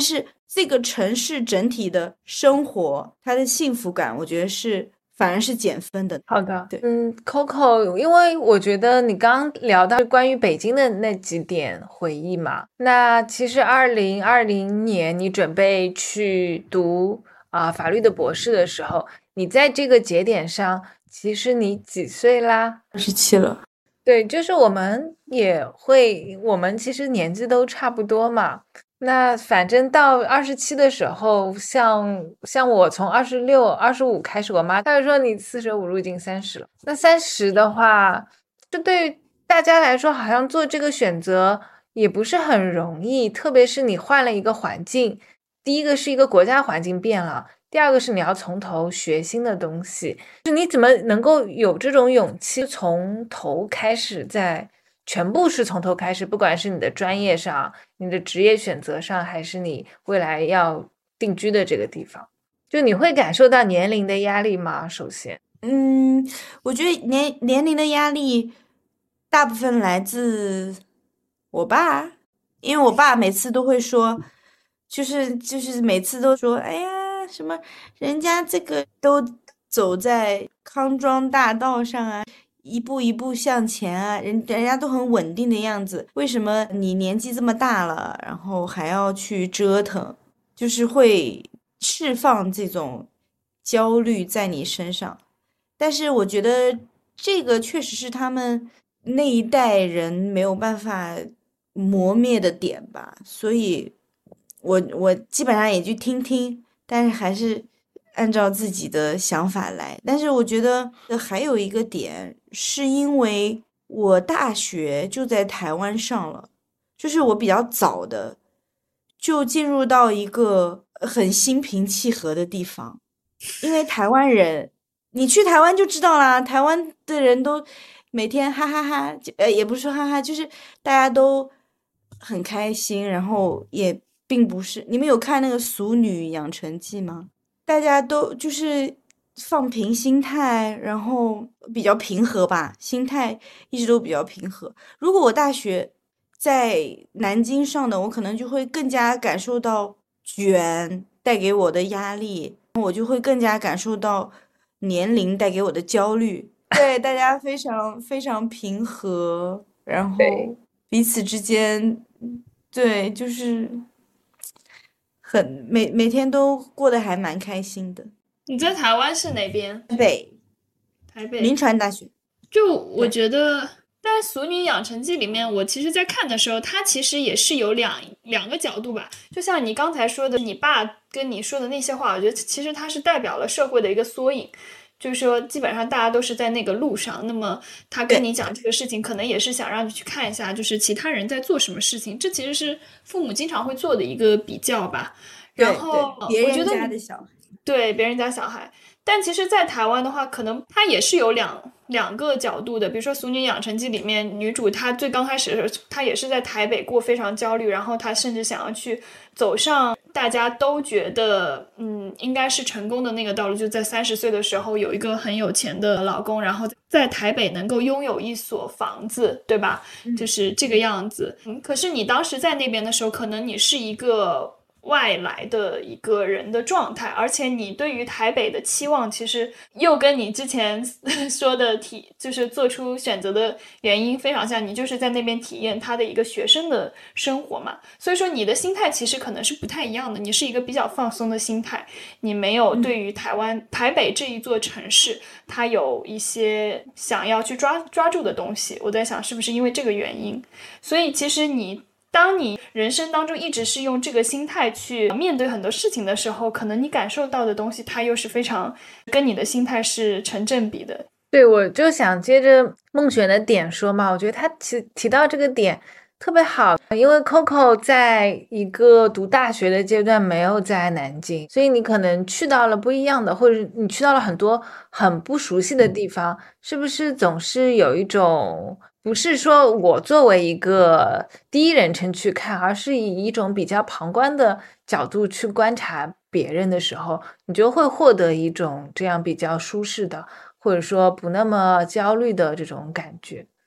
这个城市整体的生活，它的幸福感，我觉得是反而是减分的。 好的， 对， 嗯，Coco，因为我觉得你刚刚聊到关于北京的那几点回忆嘛，那其实二零二零年你准备去读啊、呃法律的博士的时候，你在这个节点上，其实你几岁啦？ 二十七了。 对，就是我们也会，我们其实年纪都差不多嘛。那反正到二十七的时候，像像我从二十六、二十五开始，我妈她就说你四舍五入已经三十了。那三十的话，这对于大家来说，好像做这个选择也不是很容易，特别是你换了一个环境，第一个是一个国家环境变了，第二个是你要从头学新的东西。就你怎么能够有这种勇气从头开始，在全部是从头开始，不管是你的专业上、你的职业选择上，还是你未来要定居的这个地方，就你会感受到年龄的压力吗？首先， 嗯，我觉得年年龄的压力大部分来自我爸，因为我爸每次都会说，就是就是每次都说，哎呀，什么人家这个都走在康庄大道上啊，一步一步向前啊，人人家都很稳定的样子，为什么你年纪这么大了，然后还要去折腾？就是会释放这种焦虑在你身上。但是我觉得这个确实是他们那一代人没有办法磨灭的点吧，所以我我基本上也就听听，但是还是按照自己的想法来。但是我觉得还有一个点，是因为我大学就在台湾上了，就是我比较早的就进入到一个很心平气和的地方，因为台湾人。你去台湾就知道啦，台湾的人都每天哈哈哈，就呃也不是说哈哈，就是大家都很开心，然后也并不是。你们有看那个《俗女养成记》吗？大家都就是放平心态，然后比较平和吧，心态一直都比较平和。如果我大学在南京上的，我可能就会更加感受到卷带给我的压力，我就会更加感受到。年龄带给我的焦虑，对大家非常非常平和，然后彼此之间，对，就是很每每天都过得还蛮开心的。 你在台湾是哪边？ 台北， 台北。 民传大学。 就我觉得，在《俗女养成记》里面，我其实在看的时候，它其实也是有两两个角度吧。就像你刚才说的，你爸跟你说的那些话，我觉得其实它是代表了社会的一个缩影。就是说，基本上大家都是在那个路上。那么他跟你讲这个事情，可能也是想让你去看一下，就是其他人在做什么事情。这其实是父母经常会做的一个比较吧。然后别人家的小孩， 对别人家小孩。但其实，在台湾的话，可能它也是有两两个角度的。比如说《俗女养成记》里面，女主她最刚开始的时候，她也是在台北过非常焦虑，然后她甚至想要去走上大家都觉得嗯应该是成功的那个道路，就在三十岁的时候有一个很有钱的老公，然后在台北能够拥有一所房子，对吧？就是这个样子。嗯，可是你当时在那边的时候，可能你是一个外来的一个人的状态，而且你对于台北的期望其实又跟你之前说的体就是做出选择的原因非常像，你就是在那边体验他的一个学生的生活嘛，所以说你的心态其实可能是不太一样的，你是一个比较放松的心态，你没有对于台湾、嗯、台北这一座城市它有一些想要去抓抓住的东西，我在想是不是因为这个原因，所以其实你当你人生当中一直是用这个心态去面对很多事情的时候，可能你感受到的东西它又是非常跟你的心态是成正比的。 对，我就想接着孟璇的点说嘛，我觉得他提提到这个点特别好，因为 Coco 在一个读大学的阶段没有在南京，所以你可能去到了不一样的，或者你去到了很多很不熟悉的地方，是不是总是有一种不是说我作为一个第一人称去看，而是以一种比较旁观的角度去观察别人的时候，你就会获得一种这样比较舒适的，或者说不那么焦虑的这种感觉。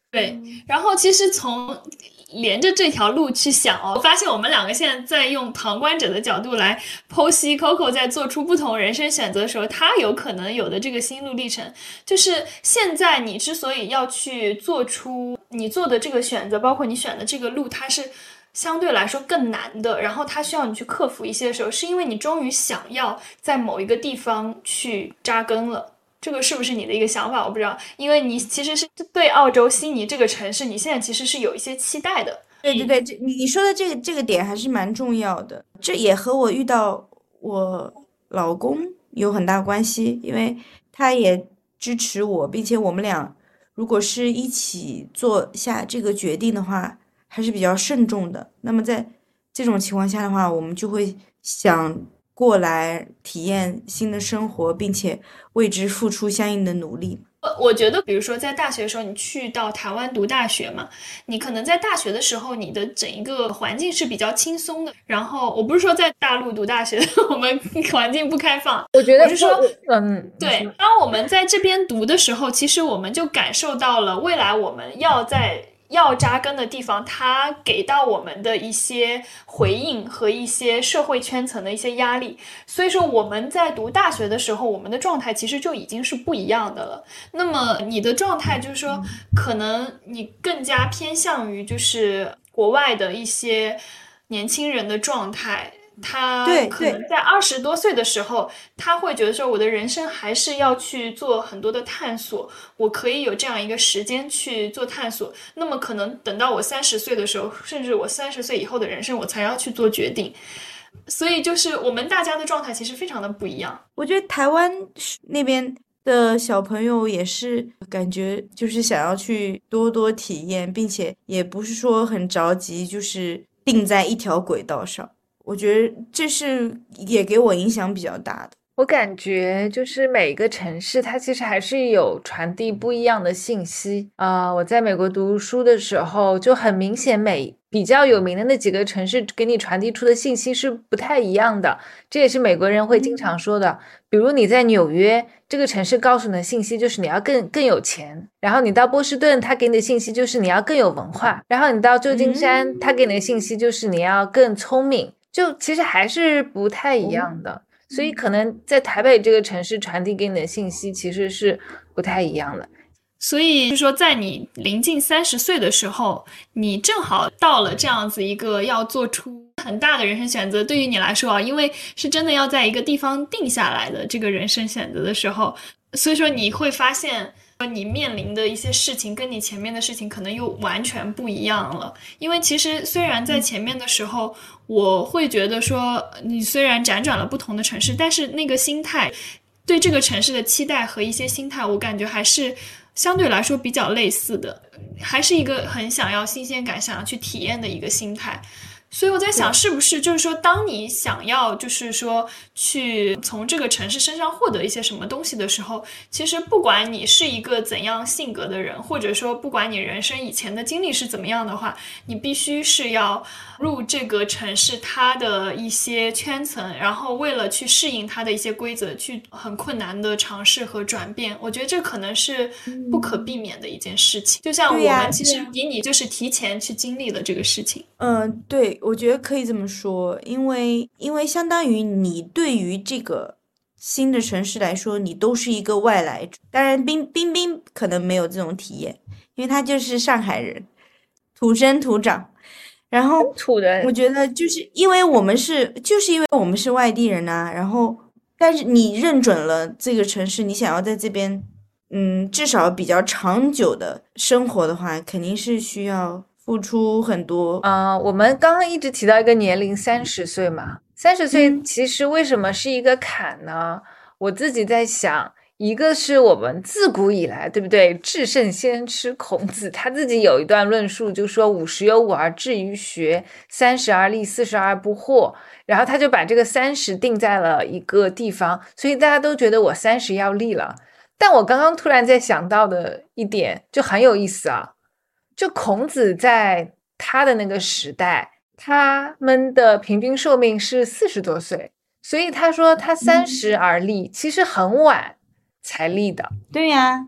对，然后其实从连着这条路去想哦，我发现我们两个现在在用旁观者的角度来剖析 Coco 在做出不同人生选择的时候，他有可能有的这个心路历程，就是现在你之所以要去做出你做的这个选择，包括你选的这个路，它是相对来说更难的，然后它需要你去克服一些的时候，是因为你终于想要在某一个地方去扎根了。这个是不是你的一个想法？我不知道，因为你其实是对澳洲悉尼这个城市，你现在其实是有一些期待的。 对对对，这你你说的这个这个点还是蛮重要的，这也和我遇到我老公有很大关系，因为他也支持我，并且我们俩如果是一起做下这个决定的话，还是比较慎重的。那么在这种情况下的话，我们就会想过来体验新的生活，并且为之付出相应的努力。 我觉得比如说在大学的时候你去到台湾读大学嘛，你可能在大学的时候你的整一个环境是比较轻松的，然后我不是说在大陆读大学我们环境不开放， 我觉得我是说嗯， 对，当我们在这边读的时候，其实我们就感受到了未来我们要在要扎根的地方，它给到我们的一些回应和一些社会圈层的一些压力。所以说我们在读大学的时候，我们的状态其实就已经是不一样的了。那么你的状态就是说，可能你更加偏向于就是国外的一些年轻人的状态。他可能在二十多岁的时候，他会觉得说我的人生还是要去做很多的探索，我可以有这样一个时间去做探索。那么可能等到我三十岁的时候，甚至我三十岁以后的人生，我才要去做决定。所以就是我们大家的状态其实非常的不一样。 我觉得台湾那边的小朋友也是感觉就是想要去多多体验，并且也不是说很着急，就是定在一条轨道上。我觉得这是也给我影响比较大的。 我感觉就是每个城市它其实还是有传递不一样的信息啊、呃。我在美国读书的时候就很明显，每比较有名的那几个城市给你传递出的信息是不太一样的，这也是美国人会经常说的。比如你在纽约这个城市告诉你的信息就是你要更更有钱，然后你到波士顿他给你的信息就是你要更有文化，然后你到旧金山他给你的信息就是你要更聪明，就其实还是不太一样的。所以可能在台北这个城市传递给你的信息其实是不太一样的。 所以就是说在你临近三十岁的时候，你正好到了这样子一个要做出很大的人生选择，对于你来说啊，因为是真的要在一个地方定下来的这个人生选择的时候，所以说你会发现你面临的一些事情跟你前面的事情可能又完全不一样了。因为其实虽然在前面的时候我会觉得说你虽然辗转了不同的城市，但是那个心态对这个城市的期待和一些心态我感觉还是相对来说比较类似的，还是一个很想要新鲜感想要去体验的一个心态。所以我在想是不是就是说当你想要就是说去从这个城市身上获得一些什么东西的时候，其实不管你是一个怎样性格的人，或者说不管你人生以前的经历是怎么样的话，你必须是要入这个城市它的一些圈层，然后为了去适应它的一些规则去很困难的尝试和转变。我觉得这可能是不可避免的一件事情、嗯、就像我们其实比你就是提前去经历了这个事情。 嗯、呃，对，我觉得可以这么说，因为因为相当于你对于这个新的城市来说，你都是一个外来者。当然冰冰冰可能没有这种体验，因为他就是上海人，土生土长。然后土人， 我觉得就是因为我们是就是因为我们是外地人啊，然后但是你认准了这个城市，你想要在这边嗯至少比较长久的生活的话，肯定是需要付出很多。 嗯、呃，我们刚刚一直提到一个年龄三十岁嘛，三十岁其实为什么是一个坎呢？我自己在想，一个是我们自古以来，对不对？至圣先师孔子他自己有一段论述，就说五十有五而志于学，三十而立，四十而不惑。然后他就把这个三十定在了一个地方，所以大家都觉得我三十要立了。但我刚刚突然在想到的一点就很有意思啊，就孔子在他的那个时代，他们的平均寿命是四十多岁，所以他说他三十而立、嗯、其实很晚才立的。 对呀、啊、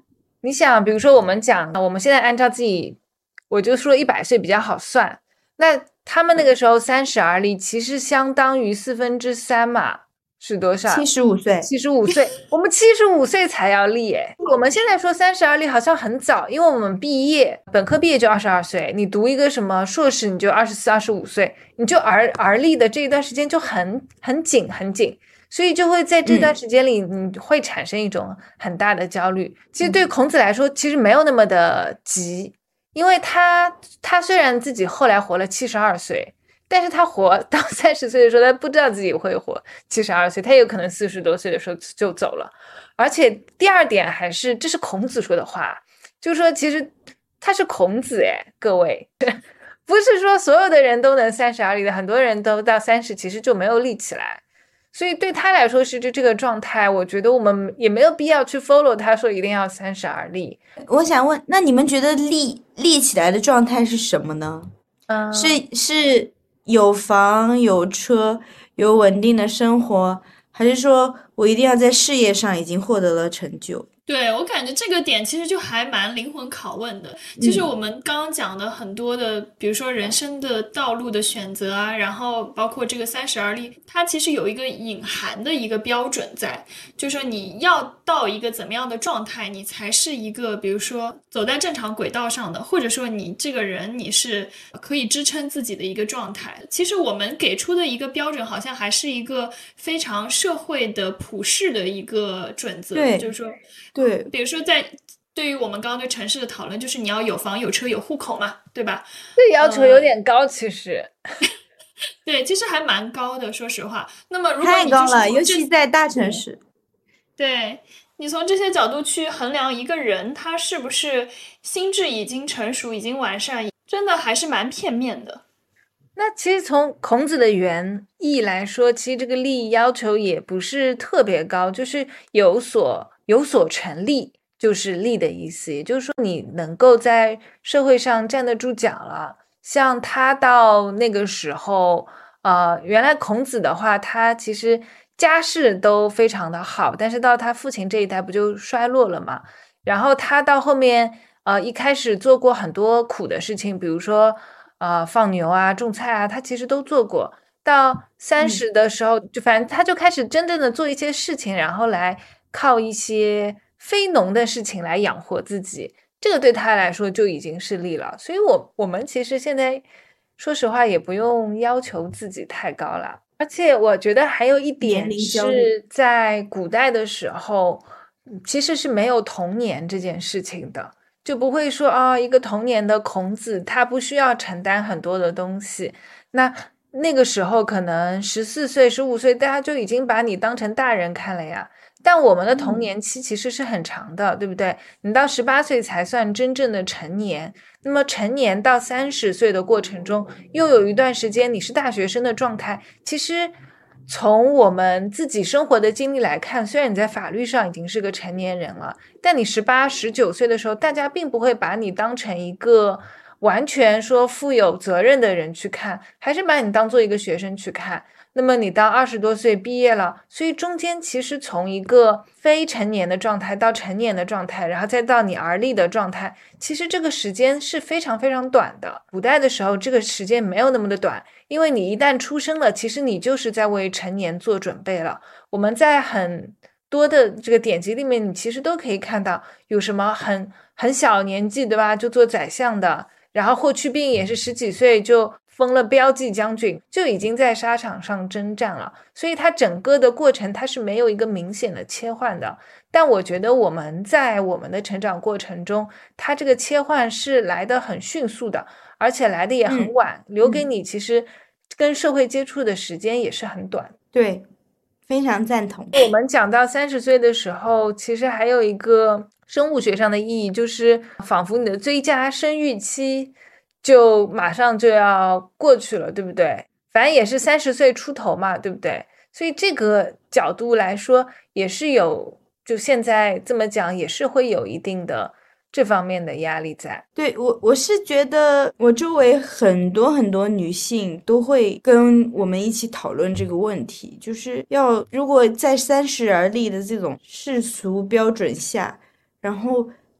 你想，比如说我们讲，我们现在按照自己，我就说一百岁比较好算，那他们那个时候三十而立，其实相当于四分之三嘛，是多少？ 七十五岁， 七十五岁，我们七十五岁才要立诶。我们现在说三十而立好像很早，因为我们毕业，本科毕业就二十二岁，你读一个什么硕士，你就二十四、二十五岁，你就而而立的这一段时间就很很紧很紧。所以就会在这段时间里，你会产生一种很大的焦虑。其实对孔子来说，其实没有那么的急，因为他他虽然自己后来活了七十二岁，但是他活到三十岁的时候，他不知道自己会活七十二岁，他有可能四十多岁的时候就走了。而且第二点还是，这是孔子说的话，就是说其实他是孔子诶，各位。不是说所有的人都能三十而立的，很多人都到三十其实就没有立起来。所以对他来说是就这个状态，我觉得我们也没有必要去 follow 他说一定要三十而立。 我想问，那你们觉得立立起来的状态是什么呢？ 嗯， 是是有房有车有稳定的生活，还是说我一定要在事业上已经获得了成就？ 对，我感觉这个点其实就还蛮灵魂拷问的。其实我们刚刚讲的很多的，比如说人生的道路的选择啊，然后包括这个三十而立，它其实有一个隐含的一个标准在，就是说你要到一个怎么样的状态，你才是一个比如说走在正常轨道上的，或者说你这个人你是可以支撑自己的一个状态。其实我们给出的一个标准好像还是一个非常社会的普世的一个准则， 对， 就是说对， 比如说在对于我们刚刚对城市的讨论，就是你要有房有车有户口嘛，对吧？ 这要求有点高，其实。 对，其实还蛮高的，说实话。那么如果太你高了，尤就是从这其在大城市。 对，你从这些角度去衡量一个人，他是不是心智已经成熟、已经完善，真的还是蛮片面的。 那其实从孔子的原意来说，其实这个立要求也不是特别高，就是有所有所成立，就是立的意思。也就是说，你能够在社会上站得住脚了。像他到那个时候，呃，原来孔子的话，他其实家世都非常的好，但是到他父亲这一代不就衰落了嘛？然后他到后面，呃，一开始做过很多苦的事情，比如说。呃，放牛啊，种菜啊，他其实都做过。到三十的时候，就反正他就开始真正的做一些事情，然后来靠一些非农的事情来养活自己。这个对他来说就已经是利了。所以我我们其实现在说实话也不用要求自己太高了。而且我觉得还有一点是在古代的时候，其实是没有童年这件事情的。就不会说啊、哦，一个童年的孔子，他不需要承担很多的东西。那那个时候可能十四岁、十五岁，大家就已经把你当成大人看了呀。但我们的童年期其实是很长的，嗯、对不对？你到十八岁才算真正的成年。那么成年到三十岁的过程中，又有一段时间你是大学生的状态，其实。从我们自己生活的经历来看，虽然你在法律上已经是个成年人了，但你十八、十九岁的时候，大家并不会把你当成一个完全说负有责任的人去看，还是把你当做一个学生去看。那么你到二十多岁毕业了，所以中间其实从一个非成年的状态到成年的状态，然后再到你而立的状态，其实这个时间是非常非常短的。古代的时候，这个时间没有那么的短，因为你一旦出生了，其实你就是在为成年做准备了。我们在很多的这个典籍里面，你其实都可以看到有什么很很小年纪，对吧？就做宰相的，然后霍去病也是十几岁就封了标记将军，就已经在沙场上征战了。所以它整个的过程它是没有一个明显的切换的。但我觉得我们在我们的成长过程中，它这个切换是来得很迅速的，而且来的也很晚， 嗯、 留给你其实跟社会接触的时间也是很短。 对，非常赞同。 我们讲到三十岁的时候，其实还有一个生物学上的意义，就是仿佛你的最佳生育期就马上就要过去了，对不对？反正也是三十岁出头嘛，对不对？所以这个角度来说，也是有，就现在这么讲，也是会有一定的这方面的压力在。 对，我我是觉得我周围很多很多女性都会跟我们一起讨论这个问题，就是要如果在三十而立的这种世俗标准下，然后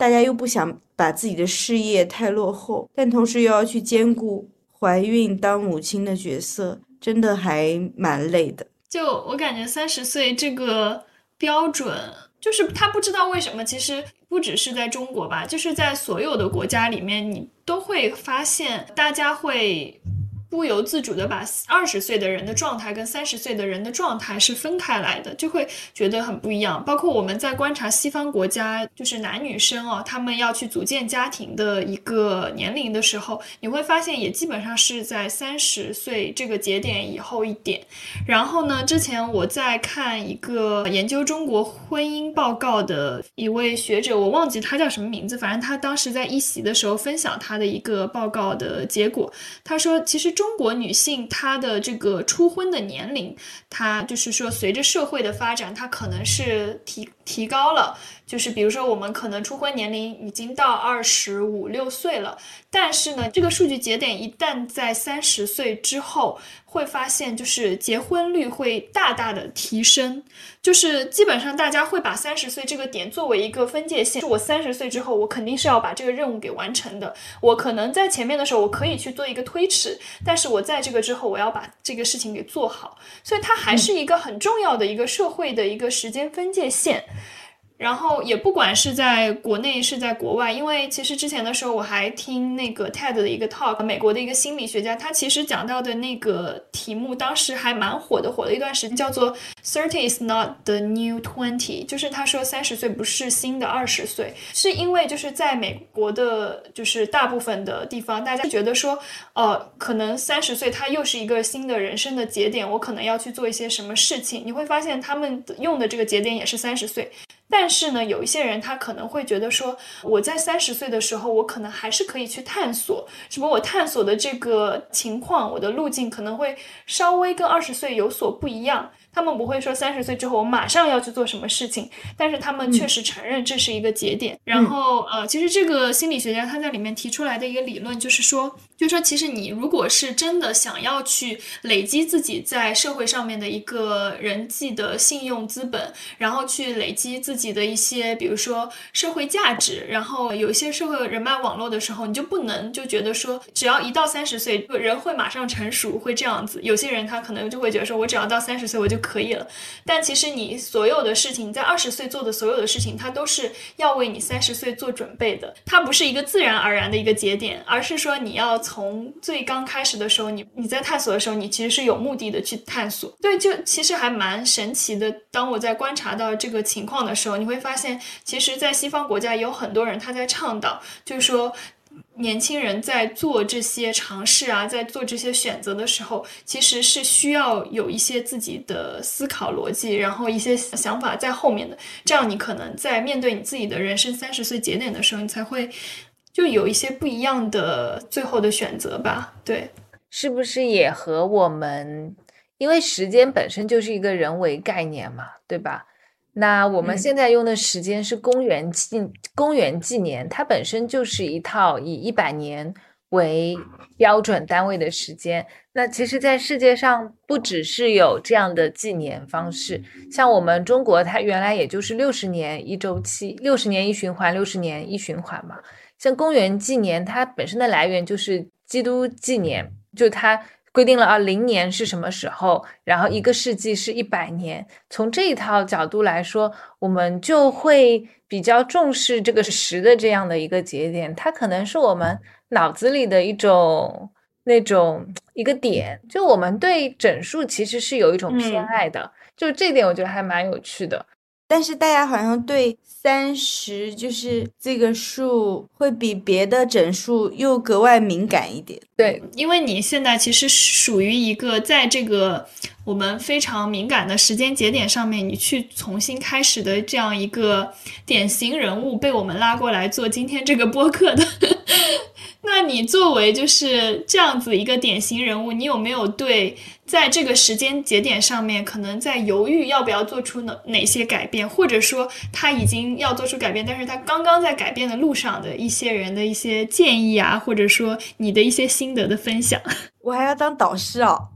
大家又不想把自己的事业太落后，但同时又要去兼顾怀孕当母亲的角色，真的还蛮累的。 就我感觉三十岁这个标准，就是他不知道为什么，其实不只是在中国吧，就是在所有的国家里面，你都会发现大家会不由自主的把二十岁的人的状态跟三十岁的人的状态是分开来的，就会觉得很不一样。包括我们在观察西方国家，就是男女生哦，他们要去组建家庭的一个年龄的时候，你会发现也基本上是在三十岁这个节点以后一点。然后呢，之前我在看一个研究中国婚姻报告的一位学者，我忘记他叫什么名字，反正他当时在一席的时候分享他的一个报告的结果。他说其实中国女性她的这个初婚的年龄，她就是说随着社会的发展，她可能是提提高了，就是比如说我们可能初婚年龄已经到二十五六岁了，但是呢这个数据节点一旦在三十岁之后，会发现就是结婚率会大大的提升，就是基本上大家会把三十岁这个点作为一个分界线，我三十岁之后我肯定是要把这个任务给完成的，我可能在前面的时候我可以去做一个推迟，但是我在这个之后我要把这个事情给做好，所以它还是一个很重要的一个社会的一个时间分界线。然后也不管是在国内是在国外，因为其实之前的时候我还听那个 TED 的一个 talk， 美国的一个心理学家，他其实讲到的那个题目当时还蛮火的，火了一段时间，叫做 thirty is not the new twenty， 就是他说三十岁不是新的二十岁，是因为就是在美国的就是大部分的地方，大家觉得说呃，可能三十岁它又是一个新的人生的节点，我可能要去做一些什么事情，你会发现他们用的这个节点也是三十岁。但是呢，有一些人他可能会觉得说，我在三十岁的时候，我可能还是可以去探索，只不过我探索的这个情况，我的路径可能会稍微跟二十岁有所不一样。他们不会说三十岁之后我马上要去做什么事情，但是他们确实承认这是一个节点。嗯、然后呃，其实这个心理学家他在里面提出来的一个理论就是说，就是说其实你如果是真的想要去累积自己在社会上面的一个人际的信用资本，然后去累积自己的一些比如说社会价值，然后有一些社会人脉网络的时候，你就不能就觉得说只要一到三十岁人会马上成熟，会这样子。有些人他可能就会觉得说我只要到三十岁我就可以了，但其实你所有的事情，你在二十岁做的所有的事情，它都是要为你三十岁做准备的，它不是一个自然而然的一个节点，而是说你要从最刚开始的时候，你你在探索的时候，你其实是有目的的去探索。对，就其实还蛮神奇的。当我在观察到这个情况的时候，你会发现其实在西方国家也有很多人他在倡导，就是说年轻人在做这些尝试啊，在做这些选择的时候，其实是需要有一些自己的思考逻辑，然后一些想法在后面的，这样你可能在面对你自己的人生三十岁节点的时候，你才会就有一些不一样的最后的选择吧。对， 是不是也和我们，因为时间本身就是一个人为概念嘛，对吧？那我们现在用的时间是公元纪、嗯、公元纪年，它本身就是一套以一百年为标准单位的时间。那其实在世界上不只是有这样的纪年方式，像我们中国它原来也就是六十年一周期，六十年一循环，六十年一循环嘛。像公元纪年它本身的来源就是基督纪年，就它规定了啊，零年是什么时候，然后一个世纪是一百年。从这一套角度来说，我们就会比较重视这个时的这样的一个节点，它可能是我们脑子里的一种那种一个点，就我们对整数其实是有一种偏爱的，嗯、就这点我觉得还蛮有趣的。 但是大家好像对三十就是这个数会比别的整数又格外敏感一点。 对，因为你现在其实属于一个在这个我们非常敏感的时间节点上面，你去重新开始的这样一个典型人物被我们拉过来做今天这个播客的。那你作为就是这样子一个典型人物，你有没有对在这个时间节点上面可能在犹豫要不要做出哪哪些改变，或者说他已经要做出改变，但是他刚刚在改变的路上的一些人的一些建议啊，或者说你的一些心得的分享？ 我还要当导师哦。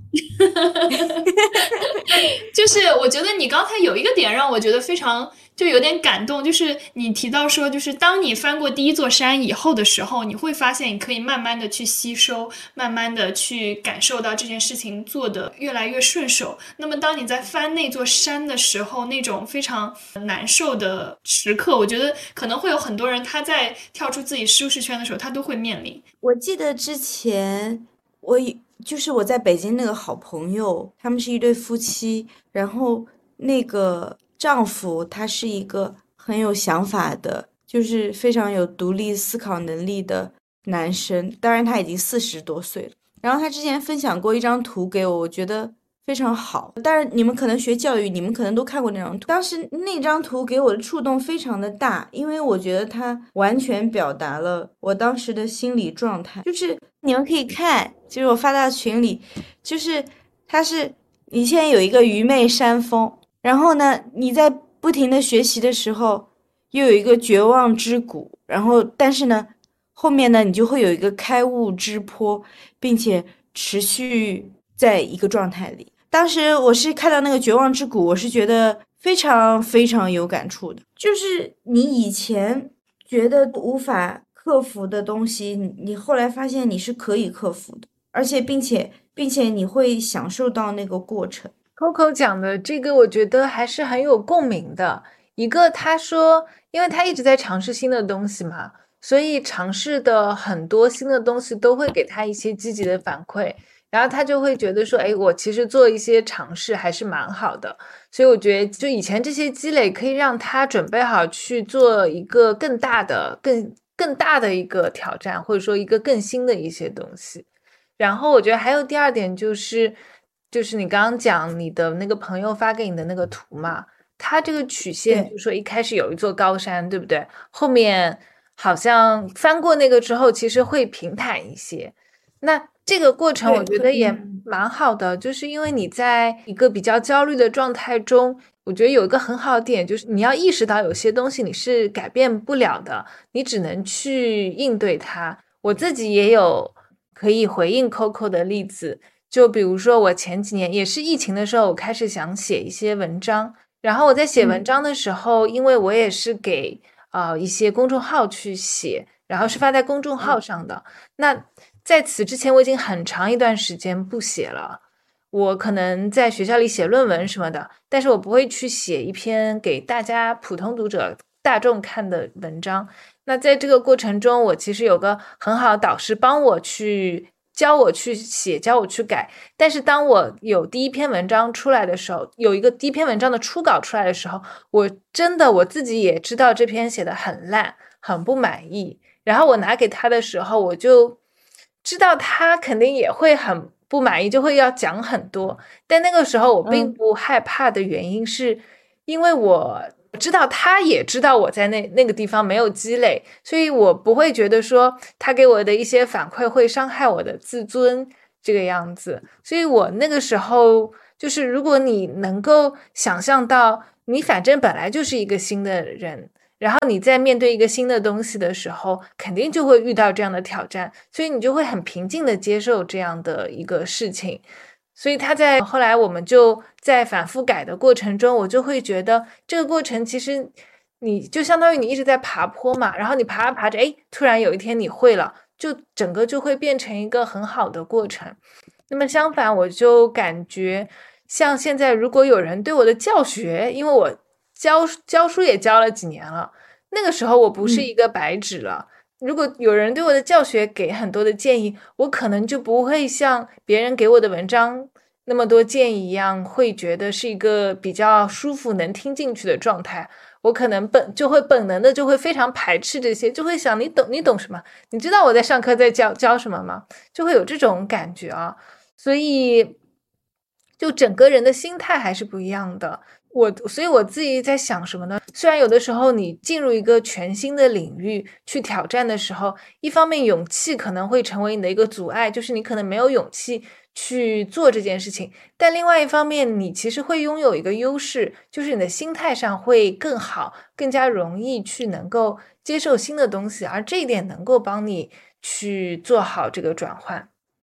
就是我觉得你刚才有一个点让我觉得非常就有点感动，就是你提到说，就是当你翻过第一座山以后的时候，你会发现你可以慢慢的去吸收，慢慢的去感受到这件事情做得越来越顺手。那么当你在翻那座山的时候，那种非常难受的时刻，我觉得可能会有很多人他在跳出自己舒适圈的时候，他都会面临。 我记得之前我有就是我在北京那个好朋友，他们是一对夫妻，然后那个丈夫他是一个很有想法的，就是非常有独立思考能力的男生，当然他已经四十多岁了。然后他之前分享过一张图给我，我觉得非常好。当然你们可能学教育，你们可能都看过那张图。当时那张图给我的触动非常的大，因为我觉得它完全表达了我当时的心理状态。就是你们可以看，就是我发到群里，就是它是你现在有一个愚昧山峰，然后呢你在不停的学习的时候，又有一个绝望之谷，然后但是呢后面呢你就会有一个开悟之坡，并且持续在一个状态里。当时我是看到那个绝望之谷，我是觉得非常非常有感触的。就是你以前觉得无法克服的东西，你后来发现你是可以克服的，而且并且并且你会享受到那个过程。 Coco 讲的这个，我觉得还是很有共鸣的。一个，他说，因为他一直在尝试新的东西嘛，所以尝试的很多新的东西都会给他一些积极的反馈。然后他就会觉得说，哎，我其实做一些尝试还是蛮好的，所以我觉得就以前这些积累可以让他准备好去做一个更大的、更更大的一个挑战，或者说一个更新的一些东西。然后我觉得还有第二点就是，就是你刚刚讲你的那个朋友发给你的那个图嘛，他这个曲线就是说一开始有一座高山，对不对？后面好像翻过那个之后，其实会平坦一些。那这个过程我觉得也蛮好的，就是因为你在一个比较焦虑的状态中，我觉得有一个很好的点，就是你要意识到有些东西你是改变不了的，你只能去应对它。我自己也有可以回应 Coco 的例子，就比如说我前几年也是疫情的时候，我开始想写一些文章，然后我在写文章的时候，嗯、因为我也是给呃一些公众号去写，然后是发在公众号上的，嗯、那在此之前我已经很长一段时间不写了，我可能在学校里写论文什么的，但是我不会去写一篇给大家普通读者大众看的文章。那在这个过程中，我其实有个很好的导师帮我去教我去写，教我去改。但是当我有第一篇文章出来的时候，有一个第一篇文章的初稿出来的时候，我真的我自己也知道这篇写的很烂，很不满意。然后我拿给他的时候，我就知道他肯定也会很不满意，就会要讲很多。但那个时候我并不害怕的原因是，因为我知道他也知道我在那那个地方没有积累，所以我不会觉得说他给我的一些反馈会伤害我的自尊这个样子。所以我那个时候就是，如果你能够想象到你反正本来就是一个新的人，然后你在面对一个新的东西的时候，肯定就会遇到这样的挑战，所以你就会很平静的接受这样的一个事情。所以他在后来我们就在反复改的过程中，我就会觉得这个过程其实你就相当于你一直在爬坡嘛，然后你爬着爬着，哎，突然有一天你会了，就整个就会变成一个很好的过程。那么相反，我就感觉像现在如果有人对我的教学，因为我教教书也教了几年了，那个时候我不是一个白纸了。嗯，如果有人对我的教学给很多的建议，我可能就不会像别人给我的文章那么多建议一样，会觉得是一个比较舒服能听进去的状态。我可能本就会本能的就会非常排斥这些，就会想你懂你懂什么？你知道我在上课在教教什么吗？就会有这种感觉啊。所以就整个人的心态还是不一样的。我所以我自己在想什么呢？虽然有的时候你进入一个全新的领域去挑战的时候，一方面勇气可能会成为你的一个阻碍，就是你可能没有勇气去做这件事情，但另外一方面你其实会拥有一个优势，就是你的心态上会更好，更加容易去能够接受新的东西，而这一点能够帮你去做好这个转换。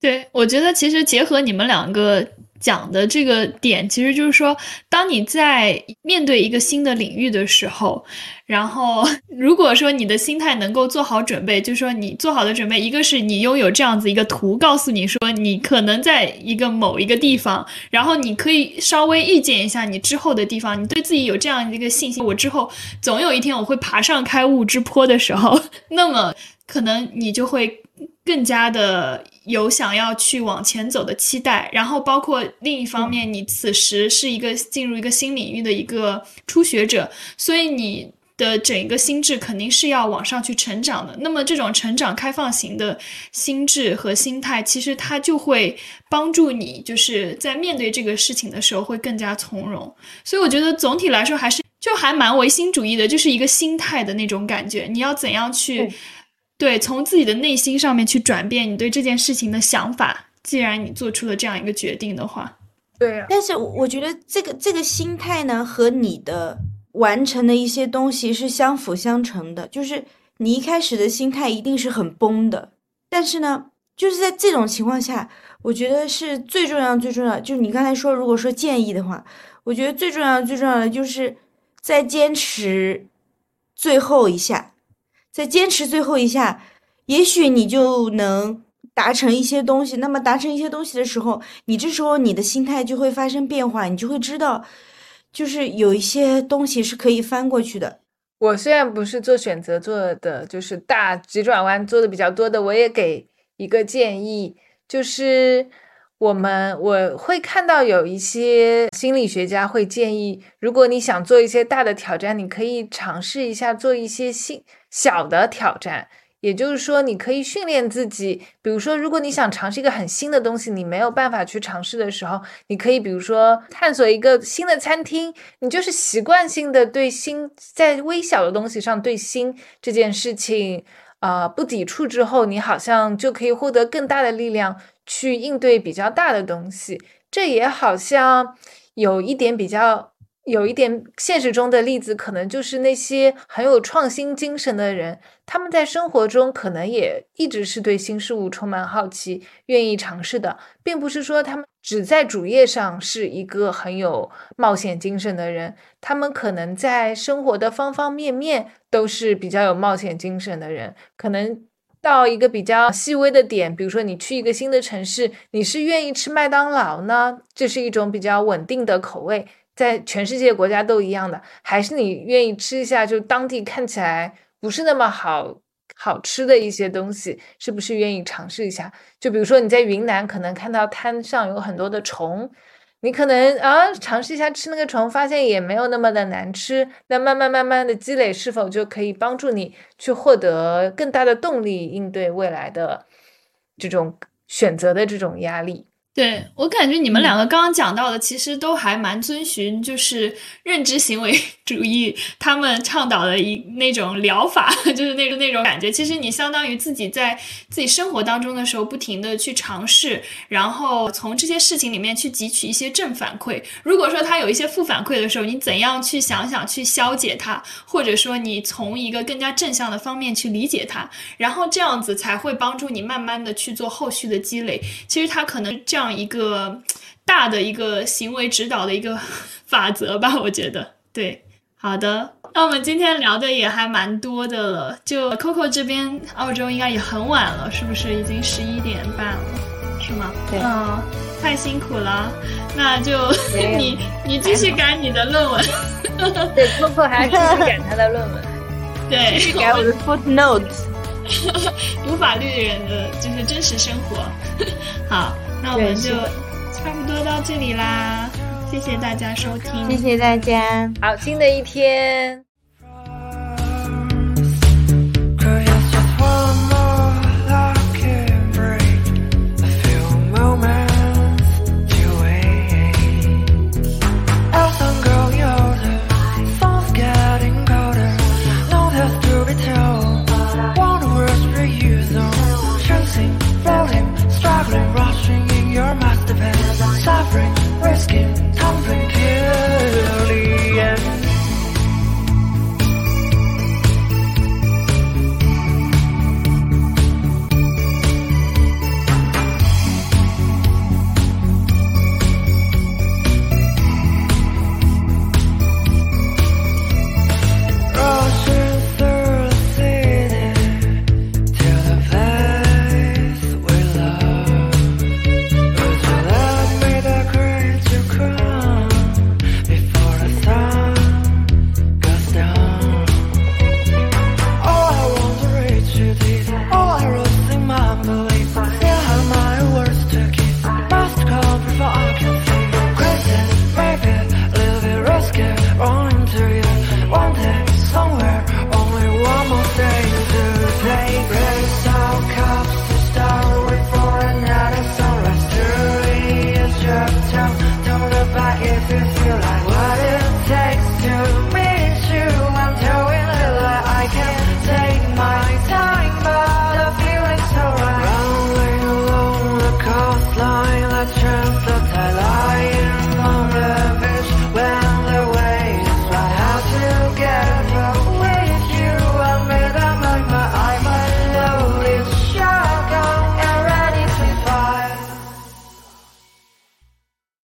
对，我觉得其实结合你们两个讲的这个点，其实就是说，当你在面对一个新的领域的时候，然后如果说你的心态能够做好准备，就是说你做好的准备，一个是你拥有这样子一个图，告诉你说你可能在一个某一个地方，然后你可以稍微预见一下你之后的地方，你对自己有这样一个信心，我之后总有一天我会爬上开悟之坡的时候，那么可能你就会更加的有想要去往前走的期待，然后包括另一方面，你此时是一个进入一个新领域的一个初学者，所以你的整个心智肯定是要往上去成长的。那么这种成长开放型的心智和心态，其实它就会帮助你就是在面对这个事情的时候会更加从容。所以我觉得总体来说还是就还蛮唯心主义的，就是一个心态的那种感觉，你要怎样去、嗯对，从自己的内心上面去转变你对这件事情的想法，既然你做出了这样一个决定的话。 对啊， 但是我觉得这个这个心态呢，和你的完成的一些东西是相辅相成的。就是你一开始的心态一定是很崩的，但是呢，就是在这种情况下，我觉得是最重要最重要，就是你刚才说，如果说建议的话，我觉得最重要最重要的就是再坚持最后一下。再坚持最后一下，也许你就能达成一些东西。那么达成一些东西的时候，你这时候你的心态就会发生变化，你就会知道就是有一些东西是可以翻过去的。 我虽然不是做选择做的就是大急转弯做的比较多的，我也给一个建议，就是我们我会看到有一些心理学家会建议，如果你想做一些大的挑战，你可以尝试一下做一些新小的挑战，也就是说你可以训练自己，比如说如果你想尝试一个很新的东西，你没有办法去尝试的时候，你可以比如说探索一个新的餐厅，你就是习惯性的对新在微小的东西上对新这件事情呃不抵触之后，你好像就可以获得更大的力量去应对比较大的东西。这也好像有一点比较有一点现实中的例子，可能就是那些很有创新精神的人，他们在生活中可能也一直是对新事物充满好奇，愿意尝试的，并不是说他们只在主业上是一个很有冒险精神的人，他们可能在生活的方方面面都是比较有冒险精神的人。可能到一个比较细微的点，比如说你去一个新的城市，你是愿意吃麦当劳呢，这是一种比较稳定的口味，在全世界国家都一样的，还是你愿意吃一下就当地看起来不是那么好好吃的一些东西，是不是愿意尝试一下？就比如说你在云南可能看到滩上有很多的虫，你可能啊尝试一下吃那个虫，发现也没有那么的难吃，那慢慢慢慢的积累，是否就可以帮助你去获得更大的动力，应对未来的这种选择的这种压力？ 对，我感觉你们两个刚刚讲到的其实都还蛮遵循就是认知行为主义他们倡导的一那种疗法，就是那种那种感觉。其实你相当于自己在自己生活当中的时候不停的去尝试，然后从这些事情里面去汲取一些正反馈。如果说它有一些负反馈的时候，你怎样去想想去消解它，或者说你从一个更加正向的方面去理解它，然后这样子才会帮助你慢慢的去做后续的积累。其实它可能这样一个大的一个行为指导的一个法则吧，我觉得。对，好的，那我们今天聊的也还蛮多的了，就 Coco 这边澳洲应该也很晚了，是不是已经十一点半了，是吗？ 对， 嗯，太辛苦了，那就你你继续改你的论文。 对， Coco 还继续改他的论文。 对， 继续改我的 footnote。 读法律的人的就是真实生活。好，那我们就差不多到这里啦，谢谢大家收听， 谢谢大家。 好，新的一天。